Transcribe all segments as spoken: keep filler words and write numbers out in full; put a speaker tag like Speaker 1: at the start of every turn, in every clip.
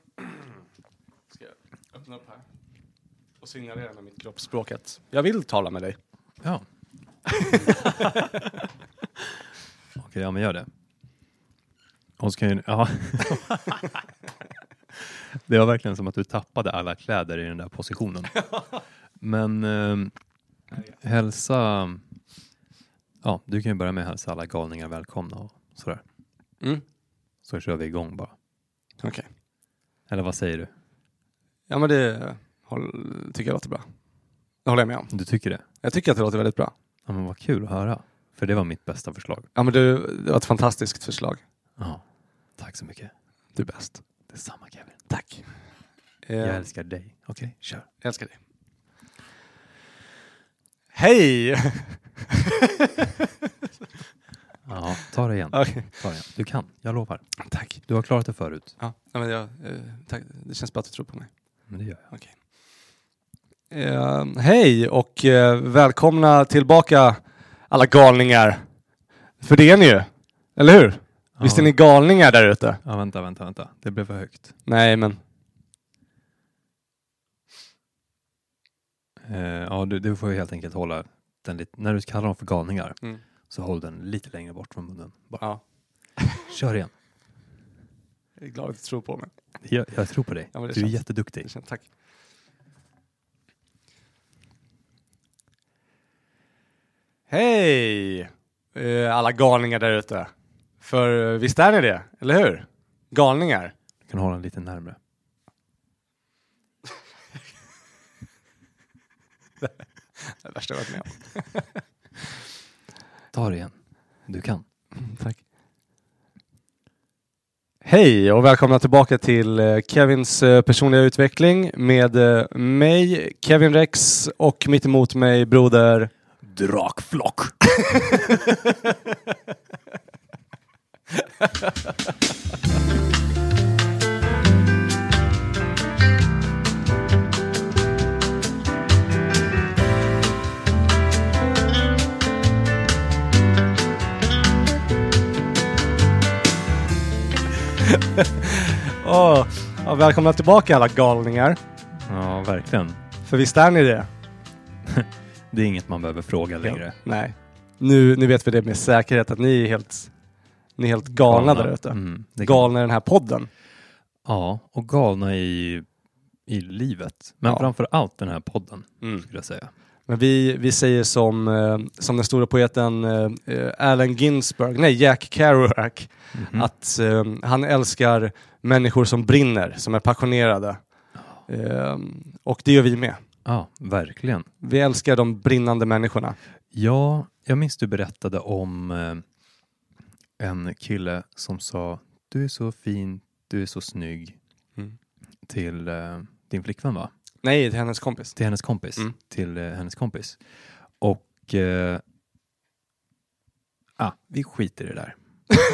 Speaker 1: Ska jag öppna upp här och signalera med mitt kroppsspråket. Jag vill tala med dig.
Speaker 2: Ja. Okej, ja men gör det. Och ska ju, ja. Det var verkligen som att du tappade alla kläder i den där positionen. Men eh, hälsa... Ja, du kan ju börja med att hälsa alla galningar välkomna och sådär.
Speaker 1: Mm.
Speaker 2: Så kör vi igång bara.
Speaker 1: Okej. Okay.
Speaker 2: Eller vad säger du?
Speaker 1: Ja, men det håll, tycker jag låter bra. Det håller jag med om.
Speaker 2: Du tycker det?
Speaker 1: Jag tycker att det låter väldigt bra.
Speaker 2: Ja, men vad kul att höra. För det var mitt bästa förslag.
Speaker 1: Ja, men det, det var ett fantastiskt förslag.
Speaker 2: Ja, tack så mycket.
Speaker 1: Du är bäst.
Speaker 2: Detsamma Kevin.
Speaker 1: Tack.
Speaker 2: Jag uh, älskar dig. Okej, okay, kör.
Speaker 1: Jag älskar dig. Hej!
Speaker 2: Ja, ta det igen.
Speaker 1: Okay.
Speaker 2: Ta det igen. Du kan, jag lovar.
Speaker 1: Tack.
Speaker 2: Du har klarat det förut.
Speaker 1: Ja, men jag, eh, tack. Det känns bra att du tror på mig.
Speaker 2: Men det gör jag.
Speaker 1: Okay. Uh, hej och uh, välkomna tillbaka alla galningar. För det är ni ju. Eller hur? Ja. Visst är ni galningar där ute?
Speaker 2: Ja, vänta, vänta, vänta. Det blev för högt.
Speaker 1: Nej, men...
Speaker 2: Uh, ja, du, du får ju helt enkelt hålla den lite... När du kallar dem för galningar
Speaker 1: mm. så
Speaker 2: håll den lite längre bort från munnen. Bara.
Speaker 1: Ja.
Speaker 2: Kör igen.
Speaker 1: Jag är glad att du tror på mig.
Speaker 2: Jag, jag tror på dig.
Speaker 1: Ja,
Speaker 2: du
Speaker 1: känns,
Speaker 2: är jätteduktig.
Speaker 1: Det känns, tack. Hej! Uh, alla galningar där ute. För uh, visst är ni det? Eller hur? Galningar.
Speaker 2: Du kan hålla den lite närmare.
Speaker 1: Det är det värsta jag varit med om.
Speaker 2: Ta det igen. Du kan.
Speaker 1: Mm, tack. Hej och välkomna tillbaka till uh, Kevins uh, personliga utveckling med uh, mig, Kevin Rex, och mitt emot mig, broder
Speaker 2: Drakflock.
Speaker 1: oh, ja, välkomna tillbaka alla galningar.
Speaker 2: Ja, verkligen.
Speaker 1: För visst är ni det?
Speaker 2: Det är inget man behöver fråga längre.
Speaker 1: Ja, nej. Nu, nu vet vi det med säkerhet att ni är helt, ni är helt galna, galna. där ute. Mm, galna i den här podden.
Speaker 2: Ja, och galna i, i livet. Men ja. framför allt den här podden, mm. skulle jag säga.
Speaker 1: Men vi, vi säger som, eh, som den stora poeten eh, Allen Ginsberg, nej Jack Kerouac, mm-hmm. att eh, han älskar människor som brinner, som är passionerade. Oh. Eh, och det gör vi med.
Speaker 2: Ja, verkligen.
Speaker 1: Vi älskar de brinnande människorna.
Speaker 2: Ja, jag minns du berättade om eh, en kille som sa du är så fin, du är så snygg mm. till eh, din flickvän, va?
Speaker 1: Nej, till hennes kompis.
Speaker 2: Till hennes kompis. Mm. Till eh, hennes kompis. Och eh, ah, vi skiter i det där.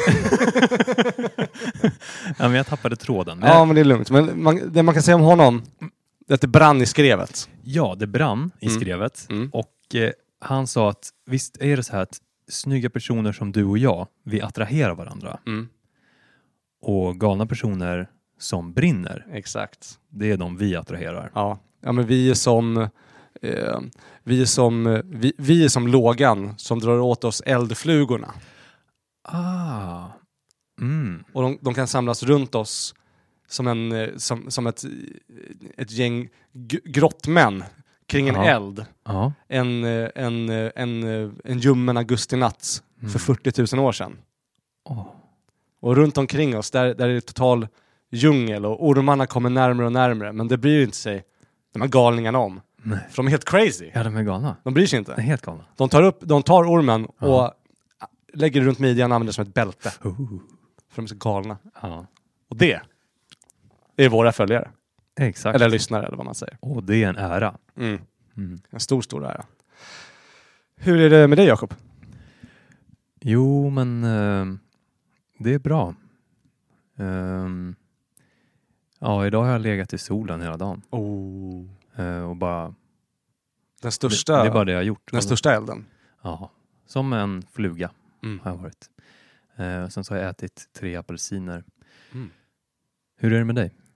Speaker 2: Ja, men jag tappade tråden. Men
Speaker 1: ja, men det är lugnt. Men man, det man kan säga om honom är att det brann i skrevet.
Speaker 2: Ja, det brann i mm. skrevet. Mm. Och eh, han sa att visst är det så här att snygga personer som du och jag, vi attraherar varandra. Mm. Och galna personer som brinner.
Speaker 1: Exakt.
Speaker 2: Det är de vi attraherar.
Speaker 1: Ja, ja men vi är som eh, vi är som vi, vi är som lågan som drar åt oss eldflugorna.
Speaker 2: Ah. Mm.
Speaker 1: Och de, de kan samlas runt oss som en som, som ett ett gäng g- grottmän kring en
Speaker 2: Aha.
Speaker 1: eld.
Speaker 2: Aha.
Speaker 1: En en en en ljummen augustinatt mm. för fyrtio tusen år sedan.
Speaker 2: Oh.
Speaker 1: Och runt omkring oss där där är det total djungel och ormarna kommer närmare och närmare, men det bryr inte sig de här galningarna om.
Speaker 2: Nej.
Speaker 1: För de är helt crazy.
Speaker 2: Ja, de är galna.
Speaker 1: De bryr sig inte.
Speaker 2: De är helt galna.
Speaker 1: De tar upp, de tar ormen ja. och lägger runt midjan och använder det som ett bälte.
Speaker 2: Uh.
Speaker 1: För de är så galna.
Speaker 2: Ja.
Speaker 1: Och det, det är våra följare.
Speaker 2: Exakt.
Speaker 1: Eller lyssnare, eller vad man säger.
Speaker 2: Och det är en ära.
Speaker 1: Mm. Mm. En stor, stor ära. Hur är det med dig, Jakob?
Speaker 2: Jo, men uh, det är bra. Um, ja, idag har jag legat i solen hela dagen.
Speaker 1: Oh.
Speaker 2: Uh, och bara...
Speaker 1: Den största...
Speaker 2: Det, det är bara det jag har gjort.
Speaker 1: Den största elden?
Speaker 2: Ja, som en fluga
Speaker 1: mm.
Speaker 2: har jag varit. Uh, sen så har jag ätit tre apelsiner.
Speaker 1: Mm.
Speaker 2: Hur är det med dig?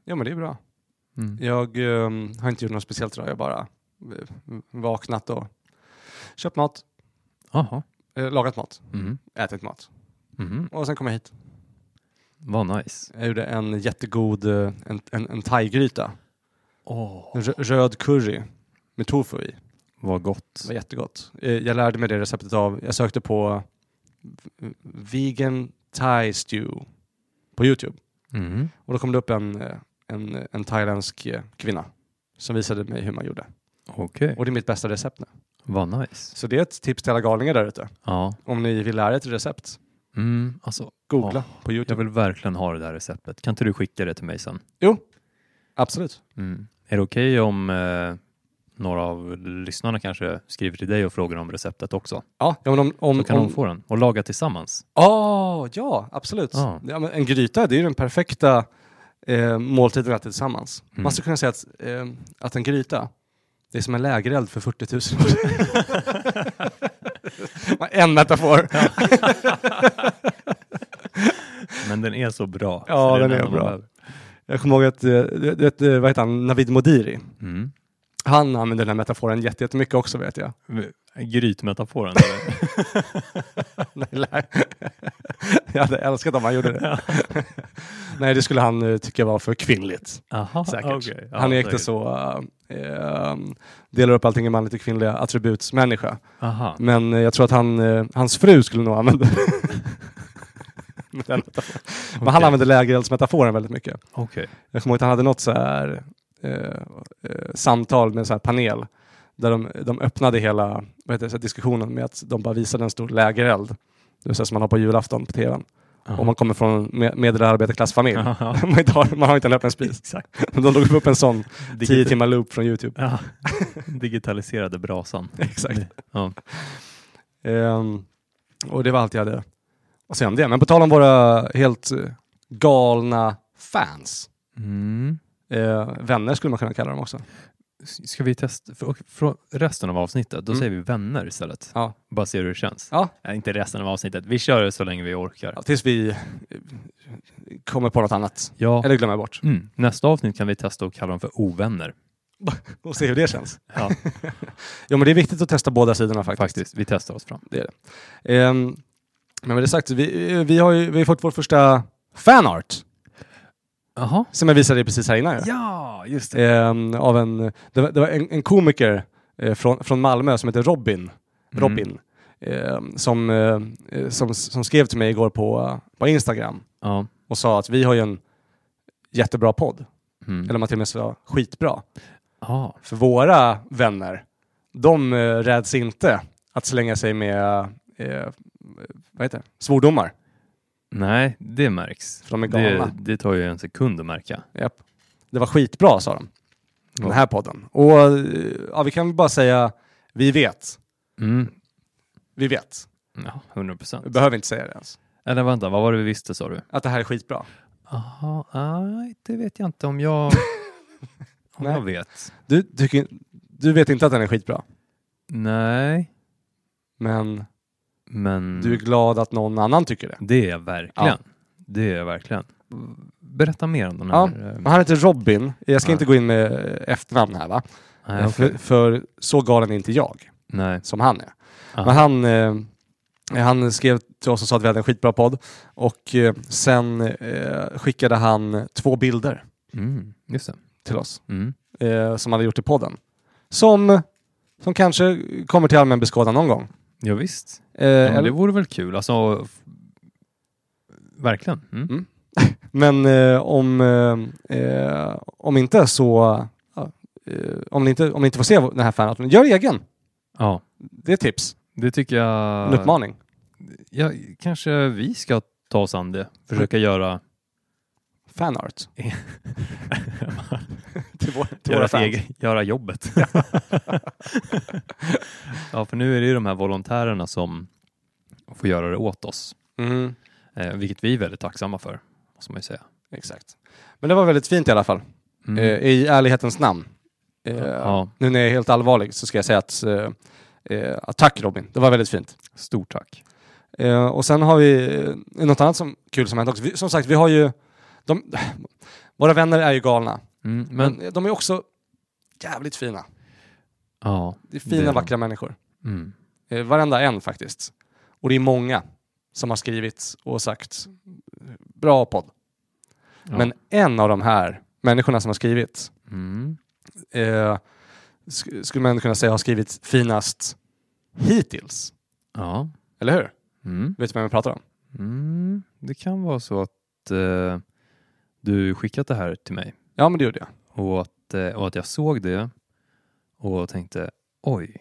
Speaker 1: Ja, men det är bra.
Speaker 2: Mm.
Speaker 1: Jag um, har inte gjort något speciellt idag. Jag har bara uh, vaknat och köpt mat.
Speaker 2: Aha.
Speaker 1: Uh, lagat mat.
Speaker 2: Mm.
Speaker 1: Ätit mat.
Speaker 2: Mm.
Speaker 1: Och sen kom jag hit.
Speaker 2: Vad nice.
Speaker 1: Jag gjorde en jättegod uh, en, en, en thaigryta.
Speaker 2: Åh,
Speaker 1: En rö- röd curry med tofu i.
Speaker 2: vad gott.
Speaker 1: Det var jättegott. Uh, jag lärde mig det receptet av... Jag sökte på v- vegan thai stew på YouTube.
Speaker 2: Mm.
Speaker 1: Och då kom det upp en, uh, en, en thailändsk uh, kvinna som visade mig hur man gjorde.
Speaker 2: Okej,
Speaker 1: Och det är mitt bästa recept nu.
Speaker 2: vad nice.
Speaker 1: Så det är ett tips till alla galningar där ute.
Speaker 2: Ja.
Speaker 1: Om ni vill lära er ett recept,
Speaker 2: Mm. Alltså,
Speaker 1: googla
Speaker 2: åh,
Speaker 1: på
Speaker 2: jag
Speaker 1: YouTube.
Speaker 2: vill verkligen ha det där receptet. Kan inte du skicka det till mig sen?
Speaker 1: Jo, absolut.
Speaker 2: Mm. Är det okej om eh, några av lyssnarna kanske skriver till dig och frågar om receptet också?
Speaker 1: Ja, ja men om... om
Speaker 2: Så kan
Speaker 1: om,
Speaker 2: de få den och laga tillsammans.
Speaker 1: Oh, ja, absolut.
Speaker 2: Ja.
Speaker 1: Ja, men en gryta, det är ju den perfekta eh, måltiden att äta tillsammans.
Speaker 2: Mm.
Speaker 1: Man skulle kunna säga att, eh, att en gryta, det är som en lägereld för fyrtio tusen. En metafor.
Speaker 2: Men den är så bra.
Speaker 1: Ja,
Speaker 2: Så
Speaker 1: den
Speaker 2: det
Speaker 1: är
Speaker 2: enda man
Speaker 1: bra.
Speaker 2: behöver.
Speaker 1: Jag kommer ihåg att, eh, du vet, eh, vad heter han, Navid Modiri.
Speaker 2: Mm.
Speaker 1: Han använder den här metaforen jätte- jättemycket också, vet jag.
Speaker 2: Grytmetaforen. eller?
Speaker 1: Nej, jag hade älskat om han gjorde det. Nej, det skulle han uh, tycka var för kvinnligt.
Speaker 2: Aha,
Speaker 1: Säkert.
Speaker 2: okay. Ja,
Speaker 1: han är
Speaker 2: säkert.
Speaker 1: inte så uh, uh, delar upp allting i manligt och kvinnliga attributsmänniska.
Speaker 2: Aha.
Speaker 1: Men uh, jag tror att han, uh, hans fru skulle nog använda den metaforen. Men
Speaker 2: Okay.
Speaker 1: han använder lägereldsmetaforen väldigt mycket.
Speaker 2: Okej.
Speaker 1: Jag kommer ihåg att han hade något så här uh, uh, samtal med en så här panel där de, de öppnade hela vad heter det, så här diskussionen med att de bara visade en stor lägereld. Det vill säga som man har på julafton på tvn.
Speaker 2: Aha.
Speaker 1: Om man kommer från en med- medelarbetarklassfamilj.
Speaker 2: Aha.
Speaker 1: man, inte har, man har inte en öppen spis.
Speaker 2: Exakt.
Speaker 1: De drog upp en sån
Speaker 2: Digita-
Speaker 1: tio timmar loop från YouTube.
Speaker 2: Ja. Digitaliserade brasan.
Speaker 1: Exakt.
Speaker 2: Ja.
Speaker 1: Ehm, och det var allt jag hade att säga om det. Men på tal om våra helt eh, galna fans.
Speaker 2: Mm.
Speaker 1: Eh, vänner skulle man kunna kalla dem också.
Speaker 2: S- Ska vi testa för, för resten av avsnittet? Då
Speaker 1: Mm.
Speaker 2: säger vi vänner istället.
Speaker 1: Ja.
Speaker 2: Bara se hur det känns.
Speaker 1: Ja.
Speaker 2: Nej, inte resten av avsnittet. Vi kör det så länge vi orkar.
Speaker 1: Ja, tills vi eh, kommer på något annat.
Speaker 2: Ja.
Speaker 1: Eller glömmer bort.
Speaker 2: Mm. Nästa avsnitt kan vi testa och kalla dem för ovänner.
Speaker 1: Och se hur det känns.
Speaker 2: Ja,
Speaker 1: Jo, men det är viktigt att testa båda sidorna faktiskt.
Speaker 2: faktiskt. Vi testar oss fram.
Speaker 1: Det är det. Ehm, men med det sagt, vi, vi, har ju, vi har fått vår första fanart.
Speaker 2: Jaha.
Speaker 1: Som jag visade dig precis här innan. Ja.
Speaker 2: Ja, just det.
Speaker 1: Ehm, av en, det var, det var en, en komiker eh, från, från Malmö som heter Robin. Robin. ehm, som, eh, som, som skrev till mig igår på, på Instagram.
Speaker 2: Ja.
Speaker 1: Och sa att vi har ju en jättebra podd.
Speaker 2: Mm.
Speaker 1: Eller man till och med sa skitbra.
Speaker 2: Ja.
Speaker 1: För våra vänner, de eh, räds inte att slänga sig med eh, vad heter det? Svordomar.
Speaker 2: Nej, det märks.
Speaker 1: För de är galna.
Speaker 2: Det, det tar ju en sekund att märka.
Speaker 1: Japp. Det var skitbra, sa de. Den här podden. Och eh, ja, vi kan bara säga, vi vet.
Speaker 2: Mm.
Speaker 1: Vi vet.
Speaker 2: Ja, hundra procent.
Speaker 1: Vi behöver inte säga det ens.
Speaker 2: Eller vänta, vad var det vi visste, sa du?
Speaker 1: Att det här är skitbra.
Speaker 2: Aha, nej, det vet jag inte om jag, om
Speaker 1: Nej.
Speaker 2: jag vet.
Speaker 1: Du, tycker, du vet inte att den är skitbra.
Speaker 2: Nej,
Speaker 1: Men
Speaker 2: men
Speaker 1: du är glad att någon annan tycker det.
Speaker 2: det är jag verkligen.
Speaker 1: Ja.
Speaker 2: Det är jag verkligen. Berätta mer om den
Speaker 1: Ja,
Speaker 2: här. eh,
Speaker 1: men han heter Robin. Jag ska
Speaker 2: Ja.
Speaker 1: inte gå in med efternamn här, va?
Speaker 2: Nej, okej.
Speaker 1: för, för så galen är inte jag
Speaker 2: Nej.
Speaker 1: som han är.
Speaker 2: Aha.
Speaker 1: Men han, eh, han skrev till oss och sa att vi hade en skitbra podd. Och eh, sen eh, skickade han två bilder
Speaker 2: Mm, just det.
Speaker 1: till oss.
Speaker 2: Mm.
Speaker 1: Eh, som han hade gjort i podden. Som, som kanske kommer till allmän beskådan någon gång.
Speaker 2: Ja, visst.
Speaker 1: Eh,
Speaker 2: Ja, men
Speaker 1: eller,
Speaker 2: det vore väl kul. Alltså, f- verkligen. Mm.
Speaker 1: Mm. Men eh, om, eh, eh, om inte så... Ja, eh, om, ni inte, om ni inte får se den här fanarten, gör egen.
Speaker 2: Ja,
Speaker 1: Det är ett tips.
Speaker 2: det tycker jag.
Speaker 1: En uppmaning.
Speaker 2: Ja, kanske vi ska ta oss an det. Försöka göra,
Speaker 1: Fanart. till vår, till våra
Speaker 2: göra,
Speaker 1: fans.
Speaker 2: egen, göra jobbet. Ja, för nu är det ju de här volontärerna som får göra det åt oss.
Speaker 1: Mm,
Speaker 2: Eh, vilket vi är väldigt tacksamma för, måste man ju säga.
Speaker 1: exakt. Men det var väldigt fint i alla fall.
Speaker 2: Mm.
Speaker 1: Eh, I ärlighetens namn. Eh,
Speaker 2: Ja.
Speaker 1: Nu när jag är helt allvarlig så ska jag säga att, eh, eh, att tack Robin. Det var väldigt fint.
Speaker 2: Stort tack.
Speaker 1: Eh, och sen har vi eh, något annat som, kul som hänt också. Vi, som sagt, vi har ju... De, Våra vänner är ju galna.
Speaker 2: Mm, men...
Speaker 1: men de är också jävligt fina.
Speaker 2: Ja,
Speaker 1: det är fina,
Speaker 2: det...
Speaker 1: vackra människor.
Speaker 2: Mm.
Speaker 1: Eh, varenda en faktiskt. Och det är många som har skrivit och sagt bra podd. Ja. Men en av de här människorna som har skrivit
Speaker 2: mm.
Speaker 1: eh, sk- skulle man kunna säga har skrivit finast hittills.
Speaker 2: Ja.
Speaker 1: Eller hur?
Speaker 2: Mm.
Speaker 1: Vet du vem jag pratar om?
Speaker 2: Mm. Det kan vara så att eh, du skickat det här till mig.
Speaker 1: Ja, men det gjorde jag.
Speaker 2: Och att, eh, och att jag såg det och tänkte, oj.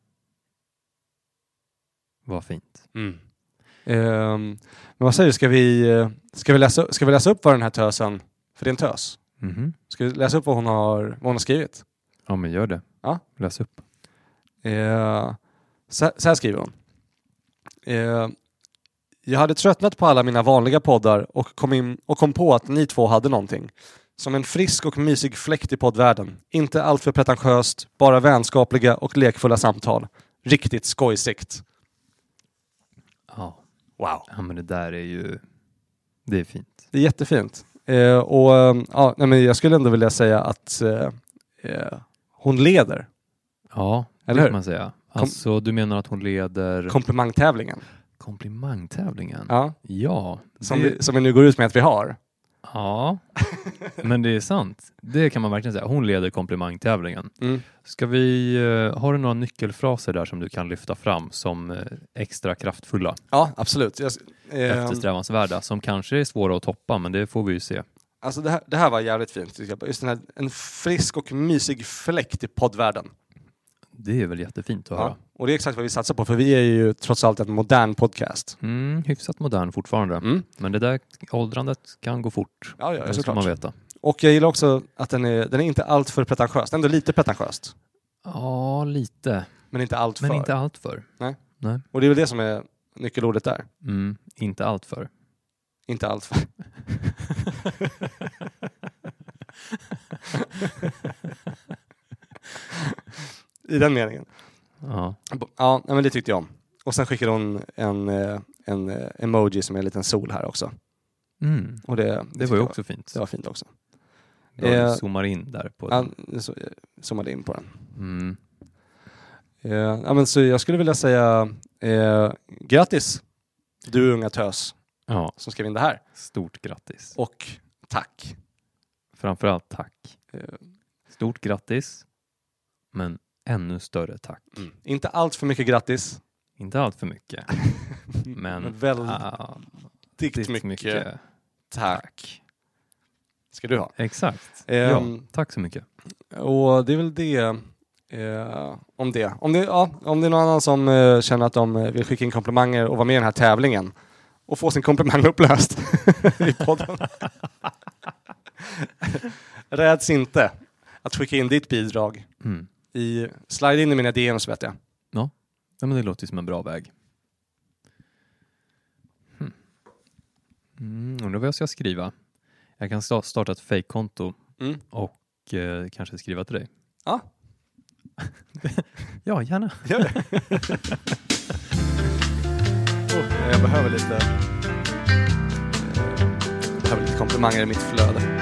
Speaker 2: Vad fint.
Speaker 1: Mm. Eh, men vad säger du? Ska vi, ska, vi läsa, ska vi läsa upp vad den här tösen, för det är en tös.
Speaker 2: Mm-hmm. Ska
Speaker 1: vi läsa upp vad hon har, vad hon har skrivit?
Speaker 2: Ja, men gör det.
Speaker 1: Ja.
Speaker 2: Läs upp.
Speaker 1: Eh, så, så här skriver hon. Eh, jag hade tröttnat på alla mina vanliga poddar och kom, in, och kom på att ni två hade någonting. Som en frisk och mysig fläkt i poddvärlden. Inte allt för pretentiöst, bara vänskapliga och lekfulla samtal. Riktigt skojsigt.
Speaker 2: Ja.
Speaker 1: Wow.
Speaker 2: Ja, men det där är ju... Det är fint.
Speaker 1: Det är jättefint. Eh, och ja, nej, men jag skulle ändå vilja säga att eh, eh, hon leder.
Speaker 2: Ja, det
Speaker 1: eller hur?
Speaker 2: Kan man säga. Alltså, Kom- du menar att hon leder...
Speaker 1: Komplimangtävlingen.
Speaker 2: Komplimangtävlingen?
Speaker 1: Ja.
Speaker 2: Ja.
Speaker 1: Som,
Speaker 2: det...
Speaker 1: vi, som vi nu går ut med att vi har.
Speaker 2: Ja, men det är sant. Det kan man verkligen säga. Hon leder komplimangtävlingen.
Speaker 1: Mm.
Speaker 2: Ska vi... Uh, har du några nyckelfraser där som du kan lyfta fram som uh, extra kraftfulla?
Speaker 1: Ja, absolut. Jag, eh,
Speaker 2: eftersträvansvärda, som kanske är svåra att toppa, men det får vi ju se.
Speaker 1: Alltså det här, det här var jävligt fint. Just den här, en frisk och mysig fläkt i poddvärlden.
Speaker 2: Det är väl jättefint att
Speaker 1: ja.
Speaker 2: höra.
Speaker 1: Och det är exakt vad vi satsar på, för vi är ju trots allt en modern podcast.
Speaker 2: Mm, hyfsat modern fortfarande. Mm. Men det där åldrandet kan gå fort.
Speaker 1: Ja, ja,
Speaker 2: det ska man veta.
Speaker 1: Och jag gillar också att den är, den är inte allt för pretentiös. Ändå lite pretentiöst.
Speaker 2: Ja, lite.
Speaker 1: Men inte allt för.
Speaker 2: Men inte allt för.
Speaker 1: Nej.
Speaker 2: Nej.
Speaker 1: Och det är väl det som är nyckelordet där.
Speaker 2: Mm, inte allt för.
Speaker 1: Inte allt för. I den meningen.
Speaker 2: Ja.
Speaker 1: Ja, men det tyckte jag om. Och sen skickade hon en, en emoji som är en liten sol här också.
Speaker 2: Mm.
Speaker 1: Och det, det,
Speaker 2: det var ju också fint.
Speaker 1: Det var fint också.
Speaker 2: Jag eh, zoomar in där på den.
Speaker 1: Ja, så, zoomade in på den.
Speaker 2: Mm.
Speaker 1: Eh, ja, men så jag skulle vilja säga eh, grattis, du unga tös,
Speaker 2: ja.
Speaker 1: Som skrev in det här.
Speaker 2: Stort grattis.
Speaker 1: Och tack.
Speaker 2: Framförallt tack.
Speaker 1: Eh.
Speaker 2: Stort grattis, men ännu större tack.
Speaker 1: Mm. Inte allt för mycket grattis.
Speaker 2: Inte allt för mycket. men,
Speaker 1: men väldigt
Speaker 2: uh,
Speaker 1: mycket, mycket tack. Ska du ha.
Speaker 2: Exakt.
Speaker 1: Um,
Speaker 2: ja, tack så mycket.
Speaker 1: Och det är väl det uh, om det. Om det, ja, om det är någon annan som uh, känner att de vill skicka in komplimanger och vara med i den här tävlingen och få sin komplimang upplöst i podden. Räds inte att skicka in ditt bidrag.
Speaker 2: Mm.
Speaker 1: I, slide in i mina D Ms, vet jag.
Speaker 2: Ja, ja men det låter som en bra väg. Hmm. Mm, undrar vad jag ska skriva. Jag kan starta ett fake-konto mm. och eh, kanske skriva till dig.
Speaker 1: Ja.
Speaker 2: ja, gärna.
Speaker 1: Gör det. oh, jag behöver lite jag behöver lite komplimanger i mitt flöde.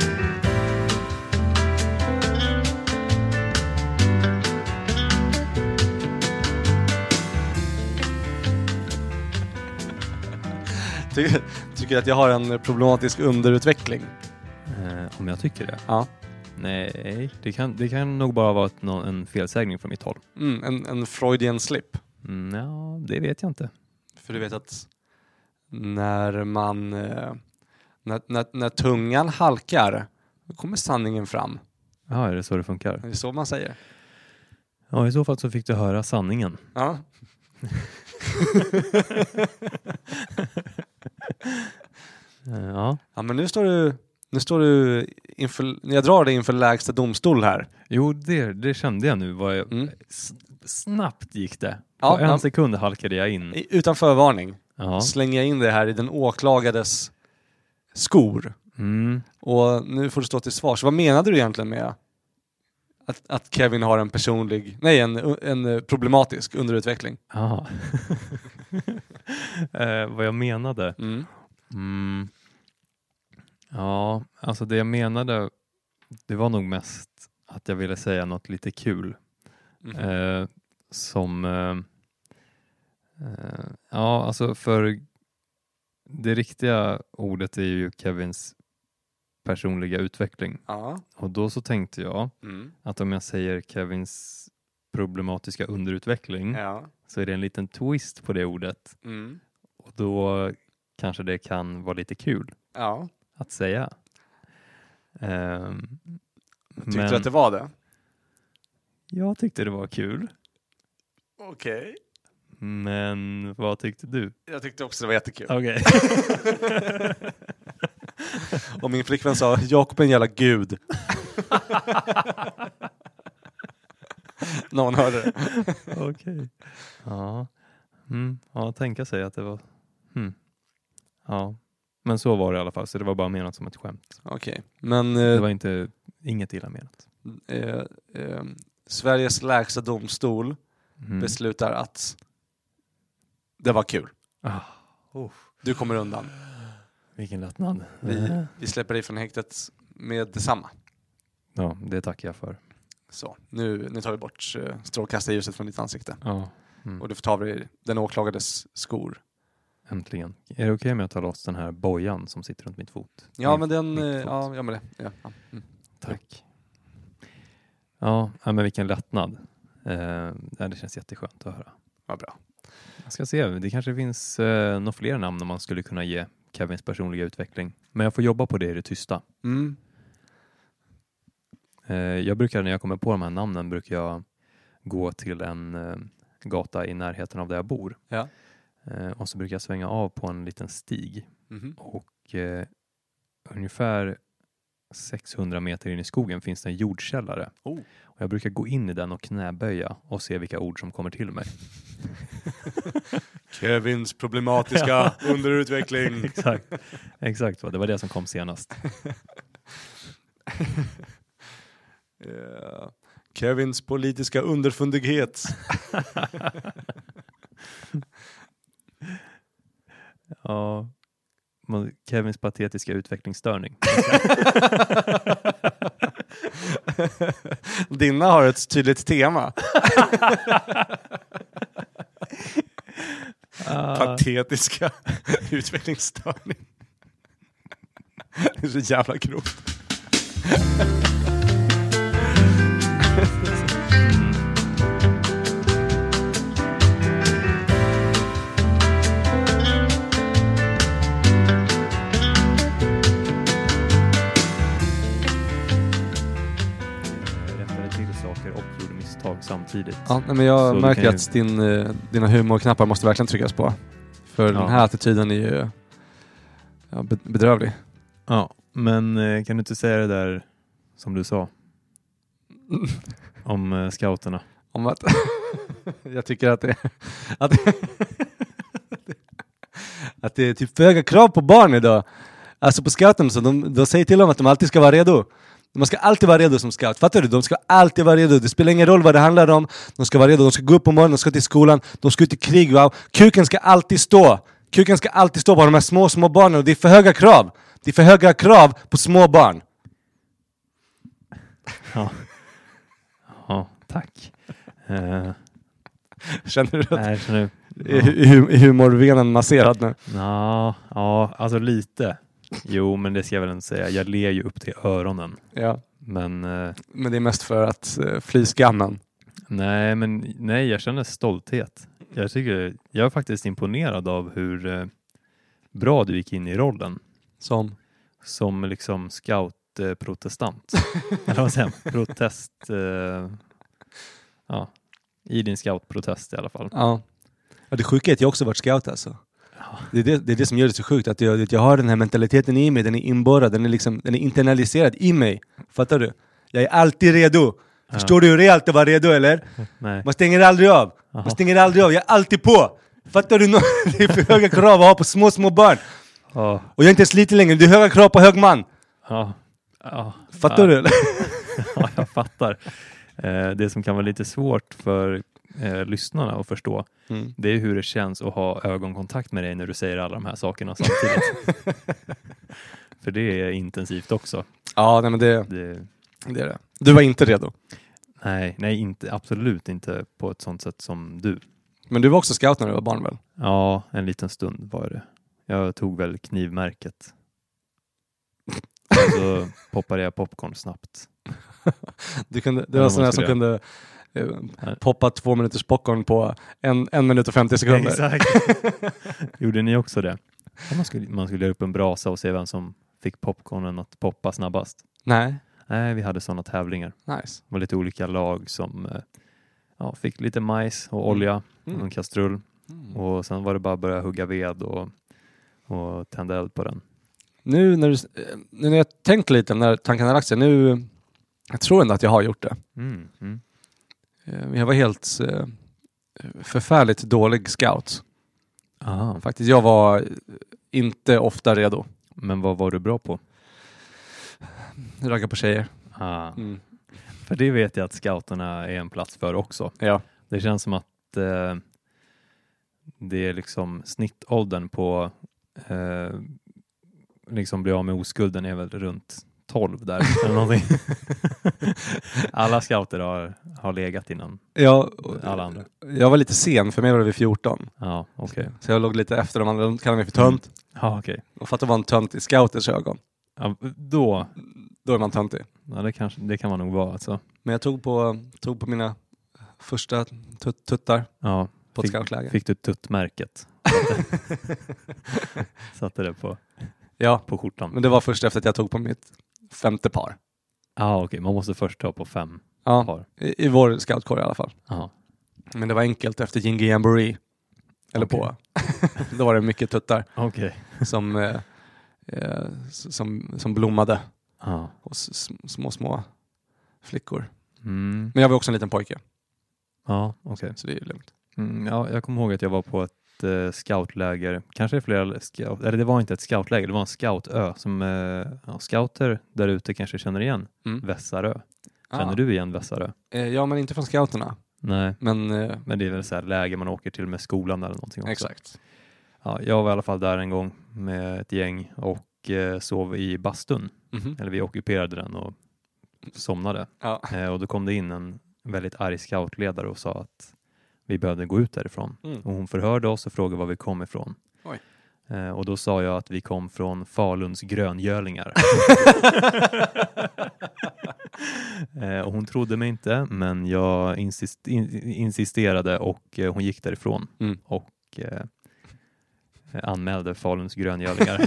Speaker 1: Tycker, tycker att jag har en problematisk underutveckling?
Speaker 2: Eh, om jag tycker det?
Speaker 1: Ja.
Speaker 2: Nej, det kan, det kan nog bara vara ett, någon, en felsägning från mitt håll.
Speaker 1: Mm, en, en Freudian slip?
Speaker 2: Mm, ja, det vet jag inte.
Speaker 1: För du vet att när man eh, när, när, när tungan halkar, då kommer sanningen fram.
Speaker 2: Ja, är det så det funkar?
Speaker 1: Det är så man säger.
Speaker 2: Ja, i så fall så fick du höra sanningen.
Speaker 1: Ja.
Speaker 2: ja.
Speaker 1: Ja, men nu står du nu står du inför, jag drar dig inför lägsta domstol här.
Speaker 2: Jo, det, det kände jag nu. Var jag, mm. s- snabbt gick det. På
Speaker 1: ja,
Speaker 2: en
Speaker 1: ja.
Speaker 2: sekund halkade jag in.
Speaker 1: Utan förvarning.
Speaker 2: Ja.
Speaker 1: Slänger jag in det här i den åklagades skor.
Speaker 2: Mm.
Speaker 1: Och nu får du stå till svars. Vad menade du egentligen med att, att Kevin har en personlig, nej en, en problematisk underutveckling?
Speaker 2: Ja. eh, vad jag menade?
Speaker 1: Mm.
Speaker 2: Mm. Ja, alltså det jag menade, det var nog mest att jag ville säga något lite kul. Mm-hmm. Eh, som, eh, eh, ja alltså för det riktiga ordet är ju Kevins personliga utveckling.
Speaker 1: Ja.
Speaker 2: Och då så tänkte jag
Speaker 1: mm.
Speaker 2: att om jag säger Kevins problematiska underutveckling
Speaker 1: ja.
Speaker 2: så är det en liten twist på det ordet.
Speaker 1: Mm.
Speaker 2: Och då kanske det kan vara lite kul
Speaker 1: ja.
Speaker 2: att säga. Um,
Speaker 1: Tyckte
Speaker 2: men
Speaker 1: du att det var det?
Speaker 2: Jag tyckte det var kul.
Speaker 1: Okej. Okay.
Speaker 2: Men vad tyckte du?
Speaker 1: Jag tyckte också det var jättekul.
Speaker 2: Okej.
Speaker 1: Okay. Och min flickvän sa, Jakob är en jävla gud. Någon hörde det.
Speaker 2: Okej. Okay. Ja. Mm. Ja, tänka sig att det var... Hmm. Ja. Men så var det i alla fall, så det var bara menat som ett skämt.
Speaker 1: Okej. Okay. Men...
Speaker 2: Det var inte... Inget illa menat.
Speaker 1: Eh, eh, Sveriges lägsta domstol mm. beslutar att det var kul.
Speaker 2: Ah. Oh.
Speaker 1: Du kommer undan.
Speaker 2: Vilken lättnad.
Speaker 1: Vi, vi släpper dig från häktet med detsamma.
Speaker 2: Ja, det tackar jag för.
Speaker 1: Så, nu, nu tar vi bort uh, strålkastarljuset från ditt ansikte.
Speaker 2: Ja. Mm.
Speaker 1: Och du får ta av dig den åklagades skor.
Speaker 2: Äntligen. Är det okej okay med att ta loss den här bojan som sitter runt mitt fot?
Speaker 1: Ja,
Speaker 2: min,
Speaker 1: men den... Uh, ja, ja, men det. Ja. Ja. Mm.
Speaker 2: Tack. Ja, men vilken lättnad. Uh, det känns jätteskönt att höra.
Speaker 1: Vad bra.
Speaker 2: Jag ska se, det kanske finns uh, några fler namn om man skulle kunna ge Kevins personliga utveckling. Men jag får jobba på det i det tysta.
Speaker 1: Mm.
Speaker 2: Uh, jag brukar, när jag kommer på de här namnen, brukar jag gå till en uh, gata i närheten av där jag bor.
Speaker 1: Ja.
Speaker 2: Uh, och så brukar jag svänga av på en liten stig.
Speaker 1: Mm-hmm.
Speaker 2: Och uh, ungefär sexhundra meter in i skogen finns det en jordkällare.
Speaker 1: Oh.
Speaker 2: Och jag brukar gå in i den och knäböja och se vilka ord som kommer till mig.
Speaker 1: Kevins problematiska underutveckling.
Speaker 2: Exakt. Exakt, det var det som kom senast.
Speaker 1: yeah. Kevins politiska underfundighet.
Speaker 2: Ja, Kevins patetiska utvecklingsstörning.
Speaker 1: Dina har ett tydligt tema.
Speaker 2: uh.
Speaker 1: Patetiska utvecklingsstörning. Det är så jävla grovt.
Speaker 2: Samtidigt.
Speaker 1: Ja, men jag
Speaker 2: så
Speaker 1: märker
Speaker 2: ju...
Speaker 1: att din, dina humorknappar måste verkligen tryckas på. För ja. Den här attityden är ju ja, bedrövlig.
Speaker 2: Ja, men kan du inte säga det där som du sa? Om uh, scouterna.
Speaker 1: Om att jag tycker att det att, att det är typ höga krav på barn idag. Alltså på scouten så de, de säger till dem att de alltid ska vara redo. Man ska alltid vara redo som scout. Fattar du? De ska alltid vara redo. Det spelar ingen roll vad det handlar om. De ska vara redo. De ska gå upp på morgonen, de ska till skolan. De ska ut i krig. Wow. Kuken ska alltid stå. Kuken ska alltid stå på de här små, små barnen. Och det är för höga krav. Det är för höga krav på små barn.
Speaker 2: Ja, ja tack. Uh,
Speaker 1: känner du att
Speaker 2: nej, känner,
Speaker 1: ja. är humorvenen masserad nu?
Speaker 2: Ja, ja, alltså lite. Jo, men det ska jag väl inte säga. Jag ler ju upp till öronen.
Speaker 1: Ja.
Speaker 2: Men, uh,
Speaker 1: men det är mest för att uh, fly skammen.
Speaker 2: Nej, men nej, jag känner stolthet. Jag tycker, jag är faktiskt imponerad av hur uh, bra du gick in i rollen.
Speaker 1: Som?
Speaker 2: Som liksom scout-protestant. Eller vad säger jag? Protest. Uh, ja, i din scout-protest i alla fall.
Speaker 1: Ja. Ja, det sjuka är att jag också varit scout alltså. Det är det, det är det som gör det så sjukt, att jag, att jag har den här mentaliteten i mig, den är inborrad, den är, liksom, den är internaliserad i mig. Fattar du? Jag är alltid redo. Ja. Förstår du hur det är alltid att vara redo, eller?
Speaker 2: Nej.
Speaker 1: Man stänger aldrig av. Aha. Man stänger aldrig av, jag är alltid på. Fattar du? Det är för höga krav att ha på små, små barn. Ja. Och jag är inte ens lite längre, det är höga krav på hög man.
Speaker 2: Ja. Ja.
Speaker 1: Fattar
Speaker 2: ja.
Speaker 1: du, eller?
Speaker 2: Ja, jag fattar. Eh, det som kan vara lite svårt för eh, lyssnarna att förstå, mm. det är hur det känns att ha ögonkontakt med dig när du säger alla de här sakerna samtidigt. För det är intensivt också.
Speaker 1: Ja, nej, men det,
Speaker 2: Det,
Speaker 1: det är det. Du var inte redo.
Speaker 2: nej, nej inte, absolut inte på ett sånt sätt som du.
Speaker 1: Men du var också scout när du var barn väl?
Speaker 2: Ja, en liten stund var det. Jag tog väl knivmärket. Och så poppade jag popcorn snabbt.
Speaker 1: Du kunde, det var sådana som kunde eh, poppa två minuters popcorn på en, en minut och femtio sekunder.
Speaker 2: Exakt. Gjorde ni också det? Man skulle, man skulle göra upp en brasa och se vem som fick popcornen att poppa snabbast.
Speaker 1: Nej.
Speaker 2: Nej, vi hade sådana tävlingar.
Speaker 1: Nice.
Speaker 2: Det var lite olika lag som ja, fick lite majs och olja
Speaker 1: mm.
Speaker 2: och en kastrull.
Speaker 1: Mm.
Speaker 2: Och sen var det bara att börja hugga ved och, och tända eld på den.
Speaker 1: Nu när, du, nu när jag tänkt lite när tanken har lagt sig, nu jag tror ändå att jag har gjort det.
Speaker 2: Mm, mm.
Speaker 1: Jag var helt eh, förfärligt dålig scout.
Speaker 2: Aha.
Speaker 1: Faktiskt, jag var inte ofta redo.
Speaker 2: Men vad var du bra på?
Speaker 1: Ragga på tjejer.
Speaker 2: Ah.
Speaker 1: Mm.
Speaker 2: För det vet jag att scouterna är en plats för också.
Speaker 1: Ja.
Speaker 2: Det känns som att eh, det är liksom snittåldern på eh, liksom bli av med oskulden är väl runt tolv där eller någonting. Alla scouter har, har legat innan
Speaker 1: Ja,
Speaker 2: alla andra.
Speaker 1: Jag var lite sen, för mig var det vid fjorton.
Speaker 2: Ja, okej. Okay.
Speaker 1: Så jag låg lite efter de andra, de kallade mig för tönt.
Speaker 2: Mm. Ja, okej. Okay.
Speaker 1: Och för att det var en tönt i scouters ögon.
Speaker 2: Ja, då,
Speaker 1: då är man töntig.
Speaker 2: Ja, det, kanske, det kan man nog vara alltså.
Speaker 1: Men jag tog på, tog på mina första tut- tuttar
Speaker 2: ja,
Speaker 1: på
Speaker 2: fick,
Speaker 1: ett scoutläger.
Speaker 2: Fick du tuttmärket? Satte det på,
Speaker 1: ja,
Speaker 2: på skjortan.
Speaker 1: Men det var först efter att jag tog på mitt femte par.
Speaker 2: Ja, ah, okej. Okay. Man måste först ta på fem
Speaker 1: ja,
Speaker 2: par.
Speaker 1: I, i vår scoutkår i alla fall.
Speaker 2: Aha.
Speaker 1: Men det var enkelt efter Jingy Jamboree. Eller okay. på. Då var det mycket tuttar.
Speaker 2: Okay.
Speaker 1: Som, eh, eh, som, som blommade.
Speaker 2: Ah.
Speaker 1: Hos små, små flickor.
Speaker 2: Mm.
Speaker 1: Men jag var också en liten pojke.
Speaker 2: Ja, okej. Okay.
Speaker 1: Så det är lugnt.
Speaker 2: Mm, ja, jag kommer ihåg att jag var på ett eh, scoutläger. Kanske flera scout... Eller det var inte ett scoutläger, det var en scoutö. Som eh, ja, scouter där ute kanske känner igen. Mm. Vässarö. Känner ah. du igen Vässarö?
Speaker 1: Eh, ja, men inte från scouterna.
Speaker 2: Nej,
Speaker 1: men, eh,
Speaker 2: men det är väl så här läge man åker till med skolan eller någonting också.
Speaker 1: Exakt.
Speaker 2: Ja, jag var i alla fall där en gång med ett gäng och eh, sov i bastun. Mm-hmm. Eller vi ockuperade den och somnade.
Speaker 1: Ja.
Speaker 2: Eh, och då kom det in en väldigt arg scoutledare och sa att vi behövde gå ut därifrån. Mm. Och hon förhörde oss och frågade var vi kom ifrån.
Speaker 1: Oj.
Speaker 2: Eh, och då sa jag att vi kom från Faluns gröngölingar. eh, och hon trodde mig inte, men jag insist, in, insisterade och eh, hon gick därifrån. Mm. Och eh, anmälde Faluns gröngölingar.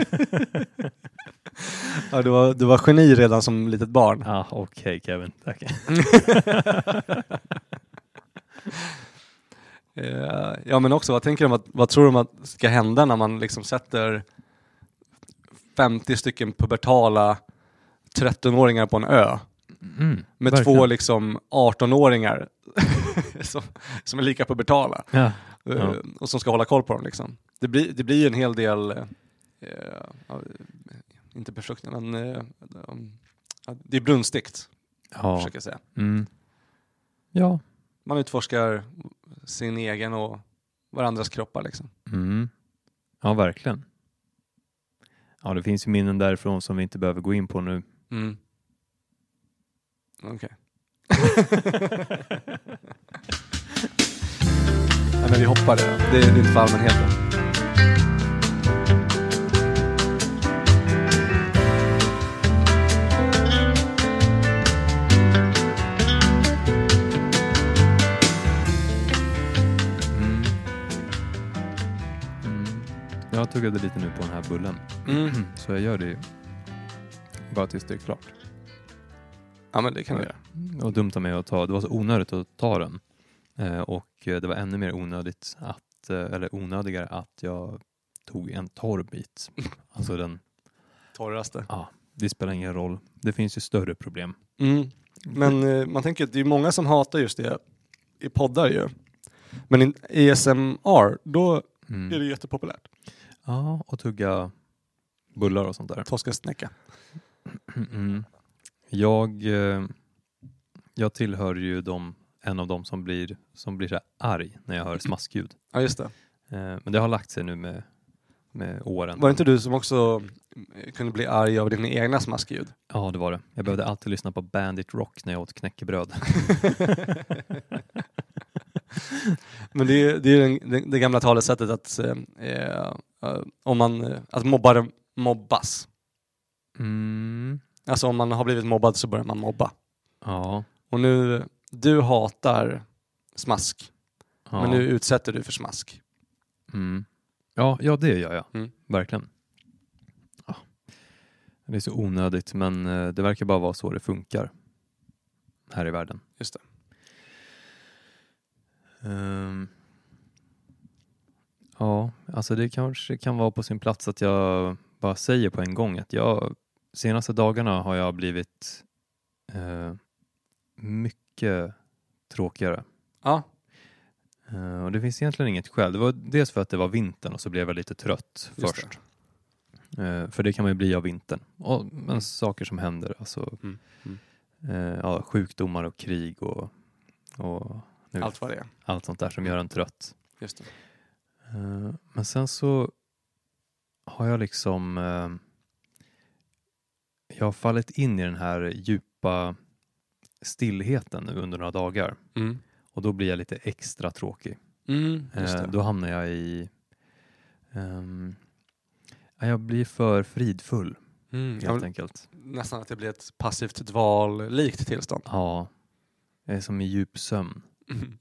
Speaker 1: Ja, du var, du var geni redan som litet barn.
Speaker 2: Ja, ah, okej okay, Kevin. Tack.
Speaker 1: Ja, men också, vad tänker du om att, vad tror du att ska hända när man liksom sätter femtio stycken pubertala trettonåringar på en ö? Mm, med verkligen. Två liksom artonåringar som, som är lika pubertala. Ja, ja. Och som ska hålla koll på dem liksom. Det blir, det blir en hel del eh, inte befruktning, men eh, det är brunstigt. Ja. Försöker jag säga.
Speaker 2: Mm. Ja.
Speaker 1: Man utforskar sin egen och varandras kroppar liksom.
Speaker 2: Mm. Ja, verkligen. Ja, det finns ju minnen därifrån som vi inte behöver gå in på nu.
Speaker 1: Mm. Okej. Okay. Nej, men vi hoppar det. Det är inte för allmänheten.
Speaker 2: Jag tuggade lite nu på den här bullen. Mm. Så jag gör det bara tills det är klart.
Speaker 1: Ja, men det kan vi göra.
Speaker 2: Och dumt av mig att ta. Det var så onödigt att ta den. Eh, och det var ännu mer onödigt att, eller onödigare att jag tog en torr bit. Alltså den
Speaker 1: torraste.
Speaker 2: Ja, det spelar ingen roll. Det finns ju större problem.
Speaker 1: Mm. Men eh, man tänker att det är många som hatar just det i poddar ju. Men i A S M R, då mm. är det jättepopulärt.
Speaker 2: Ja, och tugga bullar och sånt där.
Speaker 1: Toskasnäcka.
Speaker 2: Mm. Jag, eh, jag tillhör ju de, en av dem som blir, som blir så här arg när jag hör smaskljud.
Speaker 1: Ja, just det.
Speaker 2: Eh, men det har lagt sig nu med, med åren.
Speaker 1: Var det inte du som också kunde bli arg av dina egna smaskljud?
Speaker 2: Ja, det var det. Jag behövde alltid lyssna på Bandit Rock när jag åt knäckebröd.
Speaker 1: Men det är, det är det, det, det gamla talesättet att eh, om man att mobbare mobbas.
Speaker 2: Mm.
Speaker 1: Alltså om man har blivit mobbad så börjar man mobba.
Speaker 2: Ja.
Speaker 1: Och nu, du hatar smask.
Speaker 2: Ja.
Speaker 1: Men nu utsätter du för smask.
Speaker 2: Mm. Ja, ja, det gör jag.
Speaker 1: Mm.
Speaker 2: Verkligen. Ja. Det är så onödigt, men det verkar bara vara så det funkar här i världen.
Speaker 1: Just det.
Speaker 2: Um, ja, alltså det kanske kan vara på sin plats att jag bara säger på en gång att jag senaste dagarna har jag blivit uh, mycket tråkigare.
Speaker 1: Ja.
Speaker 2: Uh, och det finns egentligen inget skäl. Det var dels för att det var vintern och så blev jag lite trött
Speaker 1: Just
Speaker 2: först. Uh, för det kan man ju bli av vintern. Och, men mm. saker som händer, alltså
Speaker 1: mm. Mm.
Speaker 2: Uh, ja, sjukdomar och krig och, och nu,
Speaker 1: allt vad det är.
Speaker 2: Allt sånt där som gör en trött.
Speaker 1: Just det.
Speaker 2: Uh, men sen så har jag liksom uh, jag har fallit in i den här djupa stillheten nu under några dagar.
Speaker 1: Mm.
Speaker 2: Och då blir jag lite extra tråkig.
Speaker 1: Mm, just det.
Speaker 2: Uh, då hamnar jag i um, jag blir för fridfull
Speaker 1: mm,
Speaker 2: helt jag, enkelt.
Speaker 1: Nästan att det blir ett passivt dval-likt tillstånd.
Speaker 2: Ja, jag är som i djup sömn.
Speaker 1: Mm.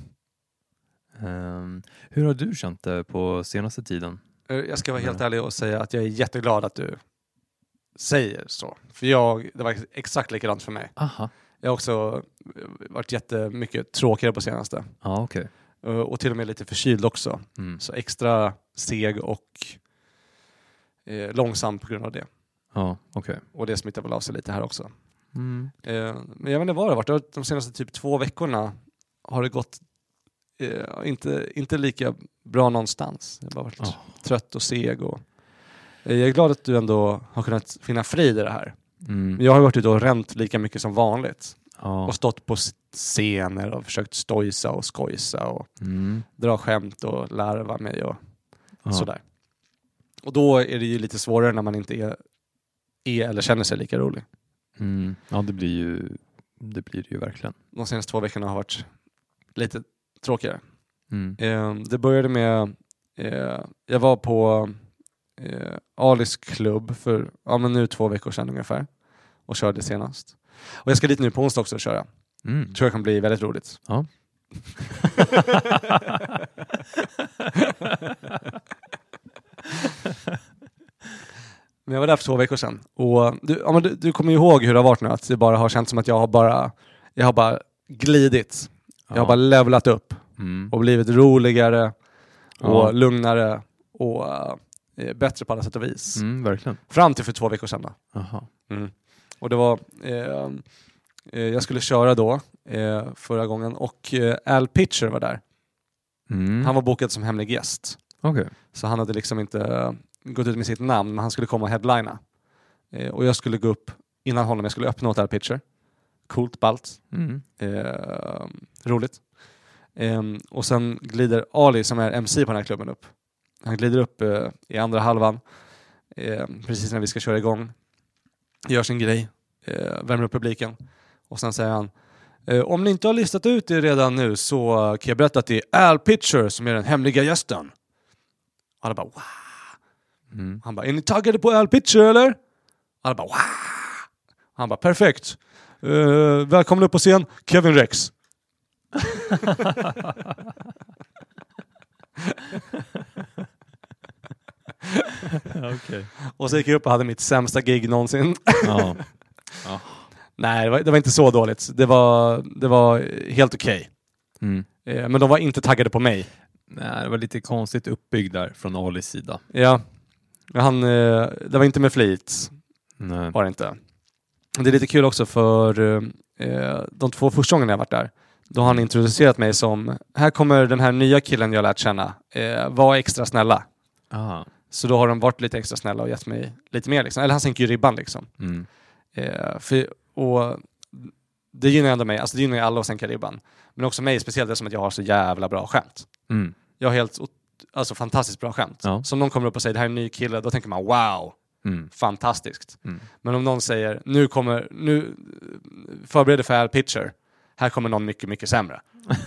Speaker 2: Um, hur har du känt det på senaste tiden?
Speaker 1: Jag ska vara helt ärlig och säga att jag är jätteglad att du säger så. För jag, det var exakt likadant för mig.
Speaker 2: Aha.
Speaker 1: Jag har också varit jättemycket tråkigare på senaste.
Speaker 2: Ja, okej.
Speaker 1: Okay. Och till och med lite förkyld också. Mm. Så extra seg och eh, långsam på grund av det.
Speaker 2: Ja, okej. Okay.
Speaker 1: Och det smittar väl av sig lite här också.
Speaker 2: Mm.
Speaker 1: Eh, men jag vet inte vad det har varit. De senaste typ två veckorna har det gått eh, inte, inte lika bra någonstans. Jag har bara varit oh. trött och seg. Och, eh, jag är glad att du ändå har kunnat finna frid i det här. Mm. Jag har varit ute och ränt lika mycket som vanligt. Oh. Och stått på scener och försökt stojsa och skojsa och mm. dra skämt och larva mig och oh. sådär. Och då är det ju lite svårare när man inte är, är eller känner sig lika rolig.
Speaker 2: Mm. Ja, det blir ju det blir det ju verkligen.
Speaker 1: De senaste två veckorna har varit lite tråkigare.
Speaker 2: Mm.
Speaker 1: Eh, det började med eh, jag var på eh, Alis klubb för ja, men nu två veckor sedan ungefär och körde senast. Och jag ska dit nu på onsdag också och köra.
Speaker 2: Mm.
Speaker 1: Tror jag kan bli väldigt roligt.
Speaker 2: Ja.
Speaker 1: Men jag var där för två veckor sedan. Och du, ja, men du, du kommer ju ihåg hur det har varit nu. Att det bara har känts som att jag har bara, jag har bara glidit. Ja. Jag har bara levlat upp. Mm. Och blivit roligare. Och ja. lugnare. Och äh, bättre på alla sätt och vis.
Speaker 2: Mm, verkligen.
Speaker 1: Fram till för två veckor sedan.
Speaker 2: Aha.
Speaker 1: Mm. Och det var... Eh, eh, jag skulle köra då. Eh, förra gången. Och eh, Al Pitcher var där.
Speaker 2: Mm.
Speaker 1: Han var bokad som hemlig gäst.
Speaker 2: Okay.
Speaker 1: Så han hade liksom inte gått ut med sitt namn, men han skulle komma och headlina. Eh, och jag skulle gå upp innan honom. Jag skulle öppna åt Al Pitcher. Coolt, ballt.
Speaker 2: Mm.
Speaker 1: Eh, roligt. Eh, och sen glider Ali, som är M C på den här klubben, upp. Han glider upp eh, i andra halvan. Eh, precis när vi ska köra igång. Gör sin grej. Eh, värmer upp publiken. Och sen säger han: eh, om ni inte har listat ut det redan nu så kan jag berätta att det är Al Pitcher som är den hemliga gästen. Alla bara wow. Mm. Han bara, är ni taggade på Al Pitcher eller? Alla bara wow. Han bara, perfekt. Uh, välkommen upp på scen, Kevin Rex.
Speaker 2: Okay.
Speaker 1: Och så gick jag upp och hade mitt sämsta gig någonsin.
Speaker 2: Ja. Ja.
Speaker 1: Nej, det var, det var inte så dåligt. Det var, det var helt okej. Okay.
Speaker 2: Mm.
Speaker 1: Uh, men de var inte taggade på mig.
Speaker 2: Nej, det var lite konstigt uppbyggd där från Alis sida.
Speaker 1: Ja, han, det var inte med flit.
Speaker 2: Nej.
Speaker 1: Var det inte. Det är lite kul också för eh, de två första gångerna jag varit där. Då har han introducerat mig som, här kommer den här nya killen jag lärt känna. Eh, var extra snälla.
Speaker 2: Aha.
Speaker 1: Så då har de varit lite extra snälla och gett mig lite mer. Liksom. Eller han sänker ju ribban liksom.
Speaker 2: Mm.
Speaker 1: Eh, för, och det gynnar ändå mig. Alltså det gynnar ju alla att sänka ribban. Men också mig speciellt eftersom att jag har så jävla bra skämt.
Speaker 2: Mm.
Speaker 1: Jag har helt alltså fantastiskt bra skämt.
Speaker 2: Ja.
Speaker 1: Som någon kommer upp och säger det här är en ny kille, då tänker man wow,
Speaker 2: Mm.
Speaker 1: fantastiskt.
Speaker 2: Mm.
Speaker 1: Men om någon säger nu kommer, nu förbereder för Al Pitcher, här kommer någon mycket, mycket sämre.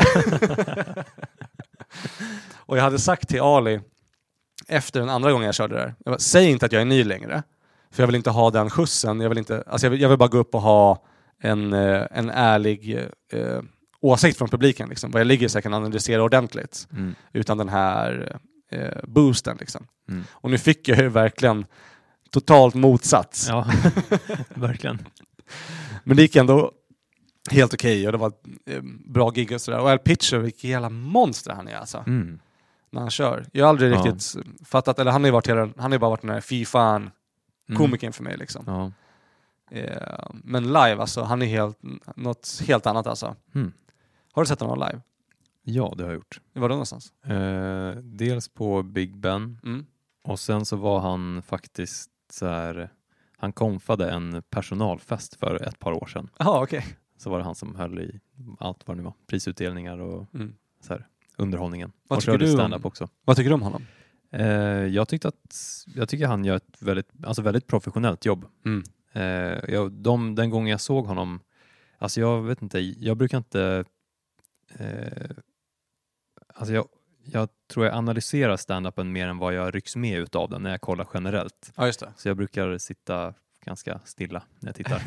Speaker 1: Och jag hade sagt till Ali efter den andra gången jag körde där, jag bara, säg inte att jag är ny längre, för jag vill inte ha den skjutsen, jag vill inte, alltså jag vill, jag vill bara gå upp och ha en, en ärlig eh, åsikt från publiken liksom, vad jag ligger så jag kan analysera ordentligt
Speaker 2: Mm.
Speaker 1: utan den här eh, boosten liksom.
Speaker 2: Mm.
Speaker 1: Och nu fick jag ju verkligen totalt motsats.
Speaker 2: Ja, verkligen.
Speaker 1: Men det gick ändå helt okej okay, och det var eh, bra gig och sådär. Och Al Pitcher, vilken jävla monster han är alltså.
Speaker 2: Mm.
Speaker 1: När han kör. Jag har aldrig
Speaker 2: Ja.
Speaker 1: riktigt fattat, eller han har ju varit hela, han har ju bara varit den här fy fan komikern
Speaker 2: Mm.
Speaker 1: för mig liksom.
Speaker 2: Ja.
Speaker 1: Eh, men live alltså, han är helt, något helt annat alltså.
Speaker 2: Mm.
Speaker 1: Har du sett honom live?
Speaker 2: Ja, det har jag gjort.
Speaker 1: Var det någonstans?
Speaker 2: Eh, dels på Big Ben.
Speaker 1: Mm.
Speaker 2: Och sen så var han faktiskt så här, han konfade en personalfest för ett par år sedan.
Speaker 1: Jaha, okej. Okay.
Speaker 2: Så var det han som höll i allt vad det var. Prisutdelningar och
Speaker 1: Mm.
Speaker 2: så här, underhållningen.
Speaker 1: Vad
Speaker 2: och
Speaker 1: tycker
Speaker 2: körde
Speaker 1: du om-
Speaker 2: stand-up också.
Speaker 1: Vad tycker du om honom?
Speaker 2: Eh, jag tyckte att jag tycker han gör ett väldigt, alltså väldigt professionellt jobb.
Speaker 1: Mm.
Speaker 2: Eh, jag, de, den gången jag såg honom, alltså jag vet inte, jag brukar inte eh, alltså jag, jag tror jag analyserar stand-upen mer än vad jag rycks med utav den när jag kollar generellt.
Speaker 1: Ja, just det.
Speaker 2: Så jag brukar sitta ganska stilla när jag tittar.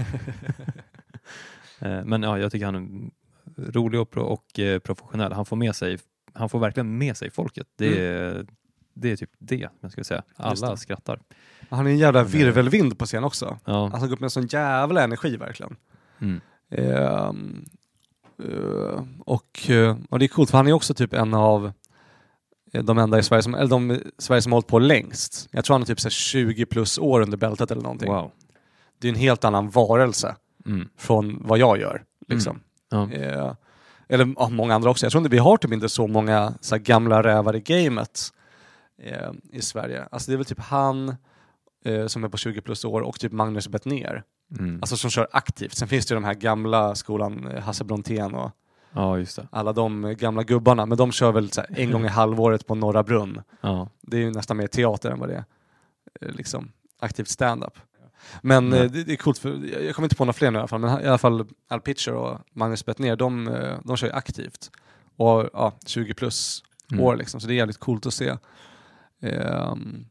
Speaker 2: eh, men ja, jag tycker han är rolig och, pro- och eh, professionell. Han får med sig, han får verkligen med sig folket. Det är, det är typ det, jag skulle säga.
Speaker 1: Just
Speaker 2: Alla
Speaker 1: det.
Speaker 2: skrattar.
Speaker 1: Han är en jävla virvelvind på scen också.
Speaker 2: Ja.
Speaker 1: Alltså han går upp med en sån jävla energi verkligen.
Speaker 2: Mm.
Speaker 1: Ehm, eh, och, eh, och det är coolt för han är också typ en av eh, de enda i Sverige som, eller de i Sverige som har hållit på längst. Jag tror han är typ så här tjugo plus år under bältet eller någonting.
Speaker 2: Wow.
Speaker 1: Det är en helt annan varelse
Speaker 2: Mm.
Speaker 1: från vad jag gör. Liksom.
Speaker 2: Ja.
Speaker 1: Eh, eller ja, många andra också. Jag tror inte vi har typ inte så många så här, gamla rävar i gamet eh, i Sverige. Alltså det är väl typ han eh, som är på tjugo plus år och typ Magnus Bettner.
Speaker 2: Mm.
Speaker 1: Alltså som kör aktivt. Sen finns det ju de här gamla skolan, eh, Hasse Brontén och
Speaker 2: Ja, just det.
Speaker 1: alla de eh, gamla gubbarna. Men de kör väl så här, en gång i halvåret på Norra Brunn.
Speaker 2: Ja.
Speaker 1: Det är ju nästan mer teater än vad det är eh, liksom, aktivt stand-up. Men
Speaker 2: Nej.
Speaker 1: eh, det, det är coolt, för jag, jag kommer inte på några fler nu i alla fall. Men i alla fall Al Pitcher och Magnus Bettner, de, eh, de kör ju aktivt. Och ja, tjugo plus
Speaker 2: Mm.
Speaker 1: år liksom. Så det är jävligt coolt att se. Ehm,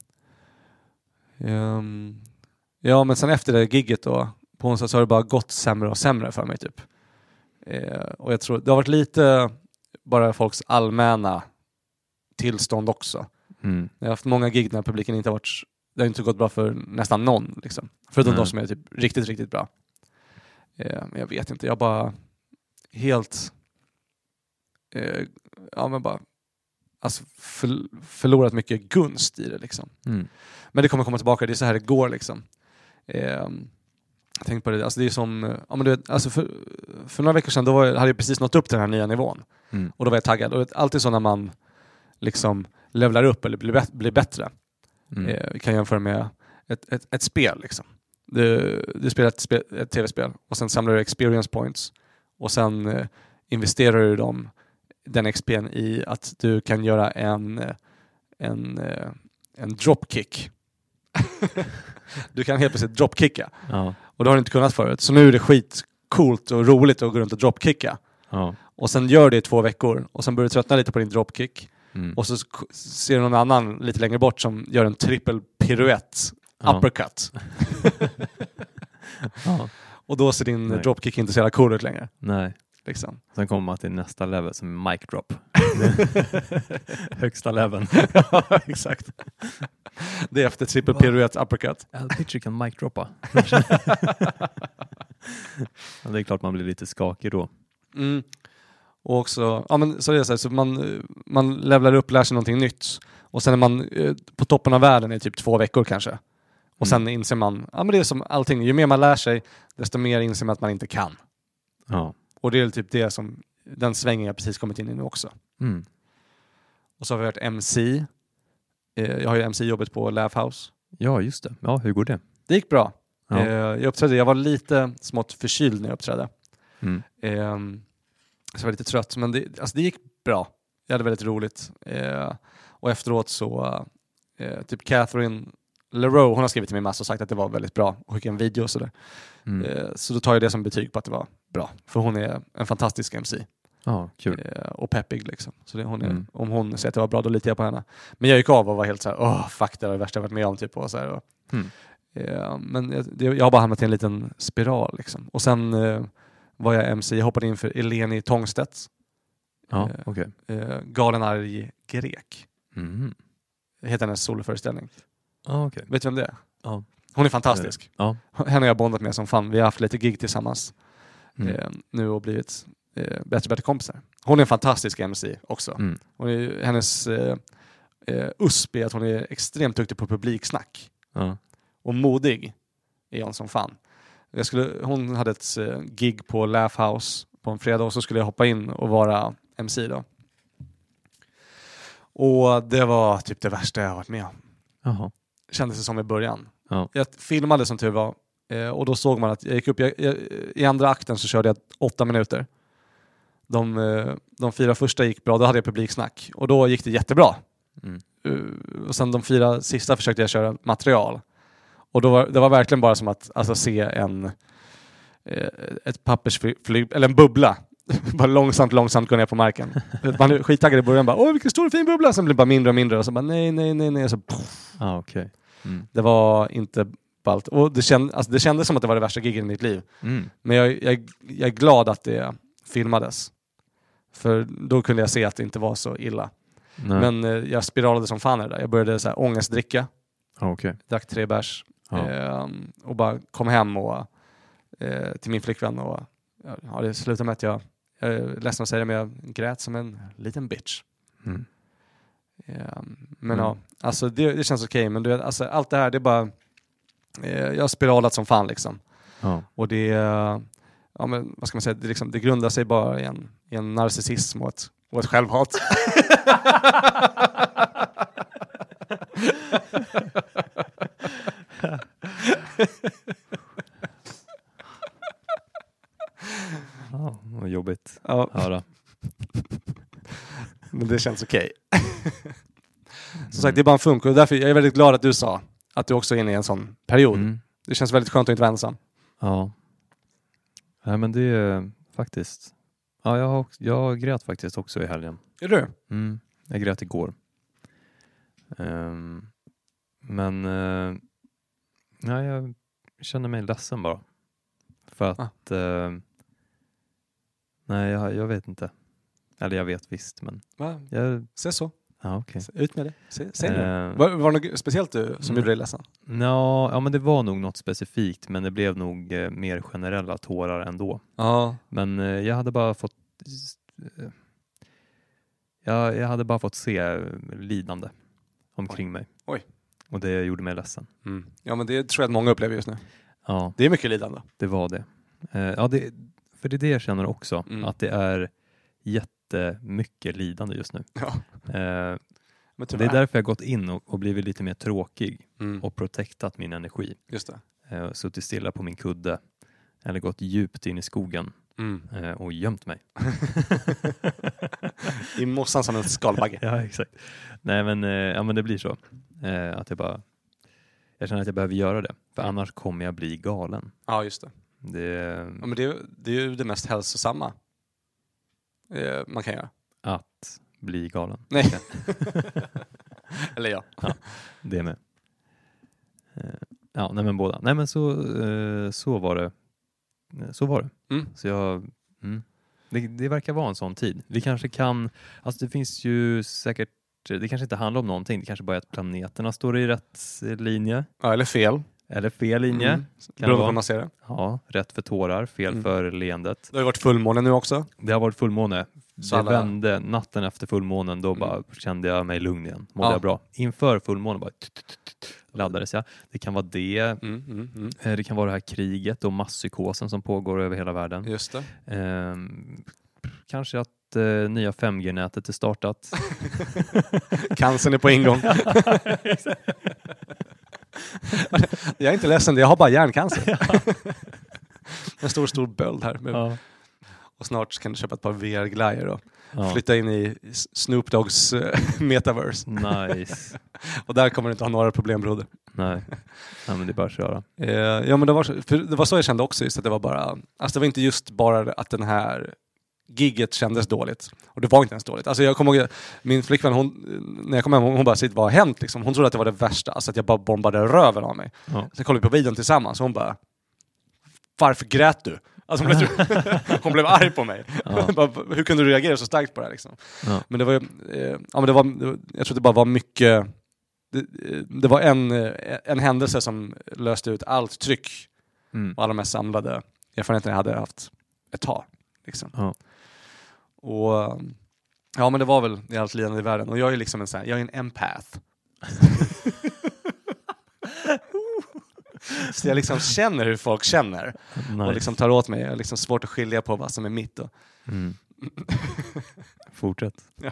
Speaker 1: ehm, ja, men sen efter det gigget då, på onsdag, så har det bara gått sämre och sämre för mig typ. Eh, och jag tror det har varit lite bara folks allmänna tillstånd också.
Speaker 2: Mm.
Speaker 1: Jag har haft många gig när publiken inte har varit, det har inte gått bra för nästan någon liksom. Förutom
Speaker 2: Nej.
Speaker 1: de som är typ riktigt, riktigt bra. Eh, men jag vet inte, jag bara helt eh, ja men bara alltså för, förlorat mycket gunst i det liksom.
Speaker 2: Mm.
Speaker 1: Men det kommer komma tillbaka, det är så här det går liksom. Eh, jag tänkte på det, alltså det är som, ja men du vet, alltså för, för några veckor sedan då var jag, hade jag precis nått upp till den här nya nivån.
Speaker 2: Mm.
Speaker 1: Och då var jag taggad. Och det är alltid så när man liksom levlar upp eller blir, bet- blir bättre.
Speaker 2: Mm.
Speaker 1: Eh, vi kan jämföra med ett, ett, ett spel liksom. Du, du spelar ett, spel, ett tv-spel och sen samlar du experience points och sen eh, investerar du dem, den X P:n i att du kan göra en eh, en, eh, en dropkick. Du kan helt plötsligt dropkicka.
Speaker 2: Ja.
Speaker 1: Och det har du inte kunnat förut. Så nu är det skitcoolt och roligt att gå runt och dropkicka.
Speaker 2: Ja.
Speaker 1: Och sen gör det i två veckor och sen börjar du tröttna lite på din dropkick.
Speaker 2: Mm.
Speaker 1: Och så sk- ser du någon annan lite längre bort som gör en trippel piruett,
Speaker 2: Ja.
Speaker 1: uppercut.
Speaker 2: Ja.
Speaker 1: Och då ser din
Speaker 2: Nej.
Speaker 1: dropkick inte så jävla cool ut längre.
Speaker 2: Nej.
Speaker 1: Liksom.
Speaker 2: Sen kommer man till nästa level som är mic drop. Högsta leveln.
Speaker 1: Ja, exakt. Det är efter trippel piruett, uppercut.
Speaker 2: Al Pitcher kan mic droppa. Ja, det är klart man blir lite skakig då.
Speaker 1: Mm. Och också, ja men så är det så, här, så man, man levlar upp, lär sig någonting nytt. Och sen är man eh, på toppen av världen i typ två veckor kanske. Och sen
Speaker 2: Mm.
Speaker 1: inser man, ja men det är som allting, ju mer man lär sig, desto mer inser man att man inte kan.
Speaker 2: Ja.
Speaker 1: Och det är typ det som, den svängen jag precis kommit in i nu också.
Speaker 2: Mm.
Speaker 1: Och så har vi varit M C. Eh, jag har ju M C-jobbet på Laugh House.
Speaker 2: Ja, just det. Ja, hur går det?
Speaker 1: Det gick bra.
Speaker 2: Ja.
Speaker 1: Eh, jag uppträdde, jag var lite smått förkyld när jag uppträdde.
Speaker 2: Mm.
Speaker 1: Eh, så jag var lite trött, men det, alltså det gick bra. jag hade väldigt roligt. Eh, och efteråt så, eh, typ Catherine LeRoux, hon har skrivit till mig massor och sagt att det var väldigt bra och skickat en video och sådär. Mm. Eh, så då tar jag det som betyg på att det var bra. För hon är en fantastisk M C.
Speaker 2: Ja, kul.
Speaker 1: Eh, och peppig liksom. Så det, hon är,
Speaker 2: mm.
Speaker 1: om hon säger att det var bra, då litar jag på henne. Men jag gick av och var helt såhär, åh fuck, det var det värsta jag varit med om typ. Och så här, och,
Speaker 2: mm.
Speaker 1: eh, men jag, det, jag har bara hamnat i en liten spiral liksom. Och sen eh, var jag M C, jag hoppade in för Eleni Tångstedt.
Speaker 2: Ja,
Speaker 1: eh,
Speaker 2: okej.
Speaker 1: Okay. Eh, Galen arg grek.
Speaker 2: Mm.
Speaker 1: Heter hennes soloföreställning.
Speaker 2: Ja, okej.
Speaker 1: Vet du vem det är?
Speaker 2: Ja.
Speaker 1: Hon är fantastisk.
Speaker 2: Ja.
Speaker 1: Henne har jag bondat med som fan. Vi har haft lite gig tillsammans
Speaker 2: Mm.
Speaker 1: eh, nu och blivit eh, bättre bättre kompisar. Hon är en fantastisk M C också.
Speaker 2: Mm.
Speaker 1: Hon är, hennes eh, eh, U S P är att hon är extremt duktig på publiksnack.
Speaker 2: Ja.
Speaker 1: Och modig är hon som fan. Jag skulle, hon hade ett eh, gig på Laugh House på en fredag och så skulle jag hoppa in och vara M C då. Och det var typ det värsta jag har varit med om.
Speaker 2: Jaha.
Speaker 1: Kändes det som i början.
Speaker 2: Ja.
Speaker 1: Jag filmade som tur var. Eh, och då såg man att jag gick upp. Jag, jag, I andra akten så körde jag åtta minuter. De, eh, de fyra första gick bra. Då hade jag publiksnack. Och då gick det jättebra.
Speaker 2: Mm.
Speaker 1: Uh, och sen de fyra sista försökte jag köra material. Och då var, det var verkligen bara som att alltså, se en eh, ett pappersflyg, eller en bubbla. Bara långsamt, långsamt gå ner på marken. Man är skittaggad i början. Bara, åh vilken stor fin bubbla. Sen blir det bara mindre och mindre. Och så bara nej, nej, nej, nej. Så,
Speaker 2: ah, okay. mm.
Speaker 1: Det var inte ballt. Och det, känd, alltså, det kändes som att det var det värsta giget i mitt liv.
Speaker 2: Mm.
Speaker 1: Men jag, jag, jag är glad att det filmades. För då kunde jag se att det inte var så illa.
Speaker 2: Nej.
Speaker 1: Men eh, jag spiralade som fan där. Jag började så här ångestdricka.
Speaker 2: Ah, okay.
Speaker 1: Drack tre bärs.
Speaker 2: Ah.
Speaker 1: Eh, och bara kom hem och, eh, till min flickvän. Och ja, det slutade med att jag, jag är ledsen att säga det, men jag grät som en liten bitch.
Speaker 2: Mm.
Speaker 1: Eh, men
Speaker 2: mm.
Speaker 1: ja, alltså det, det känns okej. Okay, men du vet, alltså, allt det här, det är bara... Eh, jag har spiralat som fan liksom.
Speaker 2: Ah.
Speaker 1: Och det... Ja, men vad ska man säga? Det, liksom, det grundar sig bara i en, i en narcissism och ett, och ett självhat.
Speaker 2: Ja, vad jobbigt
Speaker 1: ja.
Speaker 2: att höra.
Speaker 1: Men det känns okej. Okay. Som sagt, det är bara en funk. Och därför jag är väldigt glad att du sa att du också är inne i en sån period. Mm. Det känns väldigt skönt att inte vara ensam.
Speaker 2: Ja. Nej, men det är faktiskt... Ja, jag, har, jag grät faktiskt också i helgen.
Speaker 1: Är du?
Speaker 2: Mm, jag grät igår. Um, men... Uh, nej, jag känner mig ledsen bara. För att... Ah. Uh, nej, jag, jag vet inte. Eller jag vet visst, men...
Speaker 1: Va?
Speaker 2: Jag,
Speaker 1: Se så.
Speaker 2: Ja, okej.
Speaker 1: Okay. Ut med det. Se, säg uh,
Speaker 2: det.
Speaker 1: Var, var det något speciellt du, som mm. gjorde dig ledsen?
Speaker 2: No, ja, men det var nog något specifikt, men det blev nog eh, mer generella tårar ändå.
Speaker 1: Ja.
Speaker 2: Men eh, jag hade bara fått eh, jag, jag hade bara fått se eh, lidande omkring
Speaker 1: Oj.
Speaker 2: mig.
Speaker 1: Oj.
Speaker 2: Och det gjorde mig ledsen.
Speaker 1: Mm. Ja, men det tror jag att många upplever just nu.
Speaker 2: Ja.
Speaker 1: Det är mycket lidande.
Speaker 2: Det var det. Eh, ja, det, för det är det jag känner också. Mm. Att det är jättemycket lidande just nu.
Speaker 1: Ja.
Speaker 2: Eh, det är därför jag gått in och, och blivit lite mer tråkig mm. och protektat min energi.
Speaker 1: Just det.
Speaker 2: Eh, suttit stilla på min kudde eller gått djupt in i skogen mm. eh, och gömt mig.
Speaker 1: I mossan som en skalbagge.
Speaker 2: Ja, exakt. Nej, men, eh, ja, men det blir så. Eh, att jag bara jag känner att jag behöver göra det. För annars kommer jag bli galen.
Speaker 1: Ja, just det.
Speaker 2: Det,
Speaker 1: ja, men det, det är ju det mest hälsosamma eh, man kan göra.
Speaker 2: Att bli galen.
Speaker 1: Nej. Eller ja.
Speaker 2: Ja. Det med. Ja, nej men båda. Nej men så, så var det. Så var det. Mm. Så jag... Mm. Det, det verkar vara en sån tid. Vi kanske kan... Alltså det finns ju säkert... Det kanske inte handlar om någonting. Det kanske bara är att planeterna står i rätt linje.
Speaker 1: Ja, eller fel.
Speaker 2: Eller fel linje. Mm.
Speaker 1: Beroende på hur man ser det.
Speaker 2: Ja, rätt för tårar, fel mm. för leendet.
Speaker 1: Det har varit fullmåne nu också.
Speaker 2: Det har varit fullmåne.
Speaker 1: Så
Speaker 2: det
Speaker 1: alla...
Speaker 2: vände natten efter fullmånen. Då mm. bara kände jag mig lugn igen. Mådde ja. jag bra. Inför fullmånen bara laddades jag. Det kan vara det.
Speaker 1: Mm, mm, mm.
Speaker 2: Det kan vara det här kriget och masspsykosen som pågår över hela världen.
Speaker 1: Just det.
Speaker 2: Ehm, kanske att eh, nya fem G-nätet är startat.
Speaker 1: Cancern är på ingång. Jag är inte ledsen, jag har bara hjärncancer. En stor, stor böld här.
Speaker 2: Ja.
Speaker 1: Och snart kan du köpa ett par V R-glajjor och
Speaker 2: Ja.
Speaker 1: flytta in i Snoop Doggs uh, metaverse.
Speaker 2: Nice.
Speaker 1: Och där kommer du inte ha några problem, broder.
Speaker 2: Nej. Nej, men det är bara att köra.
Speaker 1: Eh, ja, men det var, för det var så jag kände också, just att det var bara, alltså det var inte just bara att den här gigget kändes dåligt. Och det var inte ens dåligt. Alltså jag kommer ihåg, min flickvän, hon, när jag kom hem, hon, hon bara, sitt, vad har hänt liksom? Hon trodde att det var det värsta, alltså att jag bara bombade röven av mig.
Speaker 2: Ja.
Speaker 1: Sen kollade vi på videon tillsammans och hon bara, varför grät du? Alltså hon, blev, hon blev arg på mig.
Speaker 2: Ja.
Speaker 1: Bara, hur kunde du reagera så starkt på det här liksom?
Speaker 2: Ja.
Speaker 1: Men det var, eh, ja, men det var, jag tror det bara var mycket, det, det var en, en händelse som löste ut allt tryck
Speaker 2: Mm.
Speaker 1: och alla de här samlade erfarenheterna jag hade haft ett tag. Liksom.
Speaker 2: Ja.
Speaker 1: Och ja, men det var väl i allt lidande i världen. Och jag är liksom en sån här, jag är en empath. Så jag liksom känner hur folk känner.
Speaker 2: Nice.
Speaker 1: Och liksom tar åt mig. Jag är liksom svårt att skilja på vad som är mitt. Och
Speaker 2: Mm. Fortsätt.
Speaker 1: ja.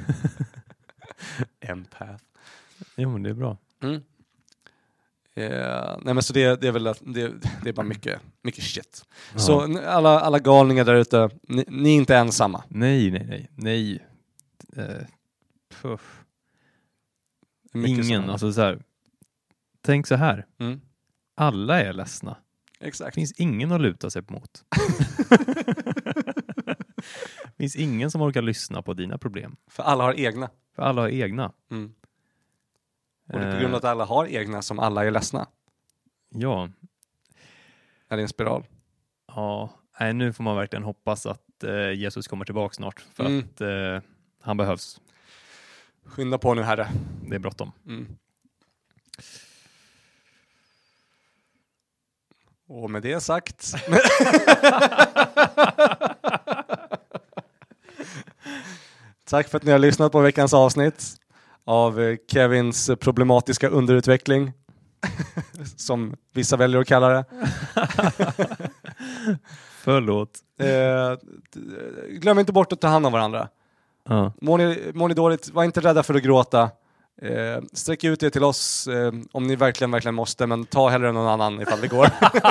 Speaker 1: Empath.
Speaker 2: Jo, men det är bra.
Speaker 1: Mm. Eh, nej men så det, det är väl att det, det är bara mycket, mycket shit.
Speaker 2: Ja.
Speaker 1: Så n- alla, alla galningar där ute, ni, ni är inte ensamma.
Speaker 2: Nej, nej, nej. Nej. Eh, puff.
Speaker 1: Det är mycket
Speaker 2: Ingen.
Speaker 1: sådana.
Speaker 2: Alltså så här. Tänk så här.
Speaker 1: Mm.
Speaker 2: Alla är ledsna. Det
Speaker 1: Exakt.
Speaker 2: finns ingen att luta sig mot. Det finns ingen som orkar lyssna på dina problem.
Speaker 1: För alla har egna.
Speaker 2: För alla har egna.
Speaker 1: Mm. Och det är på grund av att alla har egna som alla är ledsna.
Speaker 2: Ja.
Speaker 1: Är det en spiral?
Speaker 2: Ja. Nej, nu får man verkligen hoppas att eh, Jesus kommer tillbaka snart. För
Speaker 1: Mm.
Speaker 2: att eh, han behövs.
Speaker 1: Skynda på nu, herre.
Speaker 2: Det är bråttom.
Speaker 1: Mm. Och med det sagt. Tack för att ni har lyssnat på veckans avsnitt av eh, Kevins problematiska underutveckling. Som vissa väljer att kalla det.
Speaker 2: Förlåt.
Speaker 1: Eh, glöm inte bort att ta hand om varandra.
Speaker 2: Ja.
Speaker 1: Mår ni, mår ni dåligt, var inte rädda för att gråta. Eh, sträck ut er till oss eh, om ni verkligen, verkligen måste. Men ta hellre någon annan ifall det går.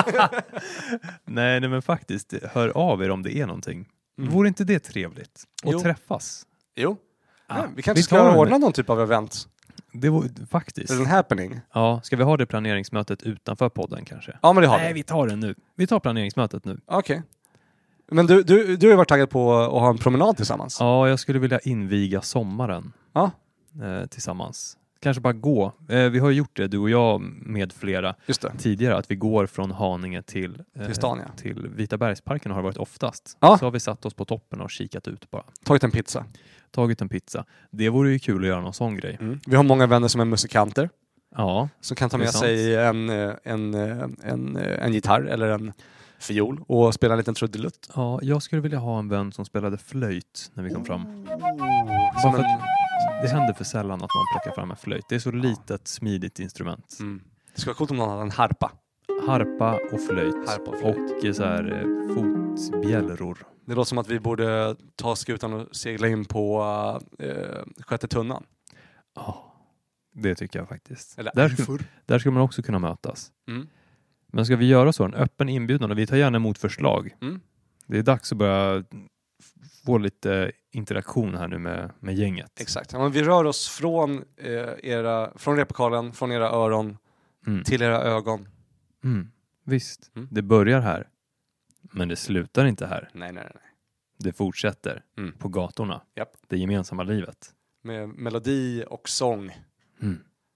Speaker 2: nej, nej, men faktiskt. Hör av er om det är någonting.
Speaker 1: Mm.
Speaker 2: Vore inte det trevligt? Och
Speaker 1: Jo.
Speaker 2: träffas?
Speaker 1: Jo,
Speaker 2: Ja,
Speaker 1: ja, vi kanske
Speaker 2: vi
Speaker 1: ska
Speaker 2: tar
Speaker 1: ordna
Speaker 2: det.
Speaker 1: någon typ av event.
Speaker 2: Det var faktiskt.
Speaker 1: Är det en happening?
Speaker 2: Ja, ska vi ha det planeringsmötet utanför podden kanske?
Speaker 1: Ja, men det har
Speaker 2: Nej,
Speaker 1: vi.
Speaker 2: vi tar det nu. Vi tar planeringsmötet nu.
Speaker 1: Okej. Men du, du, du har ju varit taggad på att ha en promenad tillsammans.
Speaker 2: Ja, jag skulle vilja inviga sommaren
Speaker 1: Ja,
Speaker 2: eh, tillsammans. Kanske bara gå. Eh, vi har ju gjort det, du och jag med flera
Speaker 1: just det.
Speaker 2: tidigare, att vi går från Haninge till, eh,
Speaker 1: Till stan, ja.
Speaker 2: till Vitabergsparken har det varit oftast.
Speaker 1: Ja.
Speaker 2: Så har vi satt oss på toppen och kikat ut bara.
Speaker 1: Tagit en pizza.
Speaker 2: Tagit en pizza. Det vore ju kul att göra någon sån grej.
Speaker 1: Mm. Vi har många vänner som är musikanter.
Speaker 2: Ja,
Speaker 1: Som kan ta
Speaker 2: Det är
Speaker 1: med
Speaker 2: sant.
Speaker 1: sig en, eh, en, eh, en, eh, en gitarr eller en fiol och spela en liten trudelutt.
Speaker 2: ja, jag skulle vilja ha en vän som spelade flöjt när vi kom fram.
Speaker 1: Som
Speaker 2: Bara för
Speaker 1: en,
Speaker 2: att det händer för sällan att någon plockar fram en flöjt. Det är så litet, smidigt instrument.
Speaker 1: mm. Det skulle vara coolt om någon hade en harpa.
Speaker 2: Harpa och flöjt.
Speaker 1: Harpa och flöjt.
Speaker 2: Och eh, så här eh, fotbjällror.
Speaker 1: Det låter som att vi borde ta skutan och segla in på uh, Sjätte tunnan.
Speaker 2: Ja, det tycker jag faktiskt.
Speaker 1: Eller
Speaker 2: Där skulle, där skulle man också kunna mötas.
Speaker 1: Mm.
Speaker 2: Men ska vi göra så? En öppen inbjudan och vi tar gärna emot förslag.
Speaker 1: Mm.
Speaker 2: Det är dags att börja få lite interaktion här nu med, med gänget.
Speaker 1: Exakt. Ja, men vi rör oss från, eh, era, från replokalen, från era öron
Speaker 2: Mm.
Speaker 1: till era ögon.
Speaker 2: Mm. Visst,
Speaker 1: Mm.
Speaker 2: det börjar här. Men det slutar inte här.
Speaker 1: Nej, nej, nej.
Speaker 2: Det fortsätter
Speaker 1: Mm.
Speaker 2: på gatorna.
Speaker 1: Japp.
Speaker 2: Det gemensamma livet.
Speaker 1: Med melodi och sång
Speaker 2: Mm.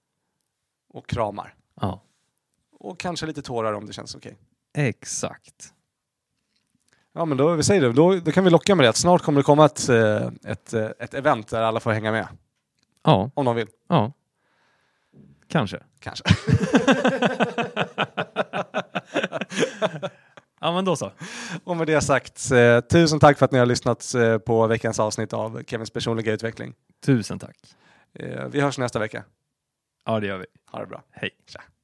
Speaker 1: och kramar.
Speaker 2: Ja,
Speaker 1: Och kanske lite tårar om det känns okej.
Speaker 2: exakt.
Speaker 1: Ja, men då, vi säger det. Då, då kan vi locka med det. Att snart kommer det komma ett, eh, ett, eh, ett event där alla får hänga med.
Speaker 2: Ja,
Speaker 1: Om de vill.
Speaker 2: ja. Kanske.
Speaker 1: Kanske.
Speaker 2: Ja, men då så.
Speaker 1: Och med det sagt, eh, tusen tack för att ni har lyssnat eh, på veckans avsnitt av Kevins personliga utveckling.
Speaker 2: Tusen tack.
Speaker 1: Eh, vi hörs nästa vecka.
Speaker 2: Ja, det gör vi.
Speaker 1: Ha det bra.
Speaker 2: Hej.
Speaker 1: Tja.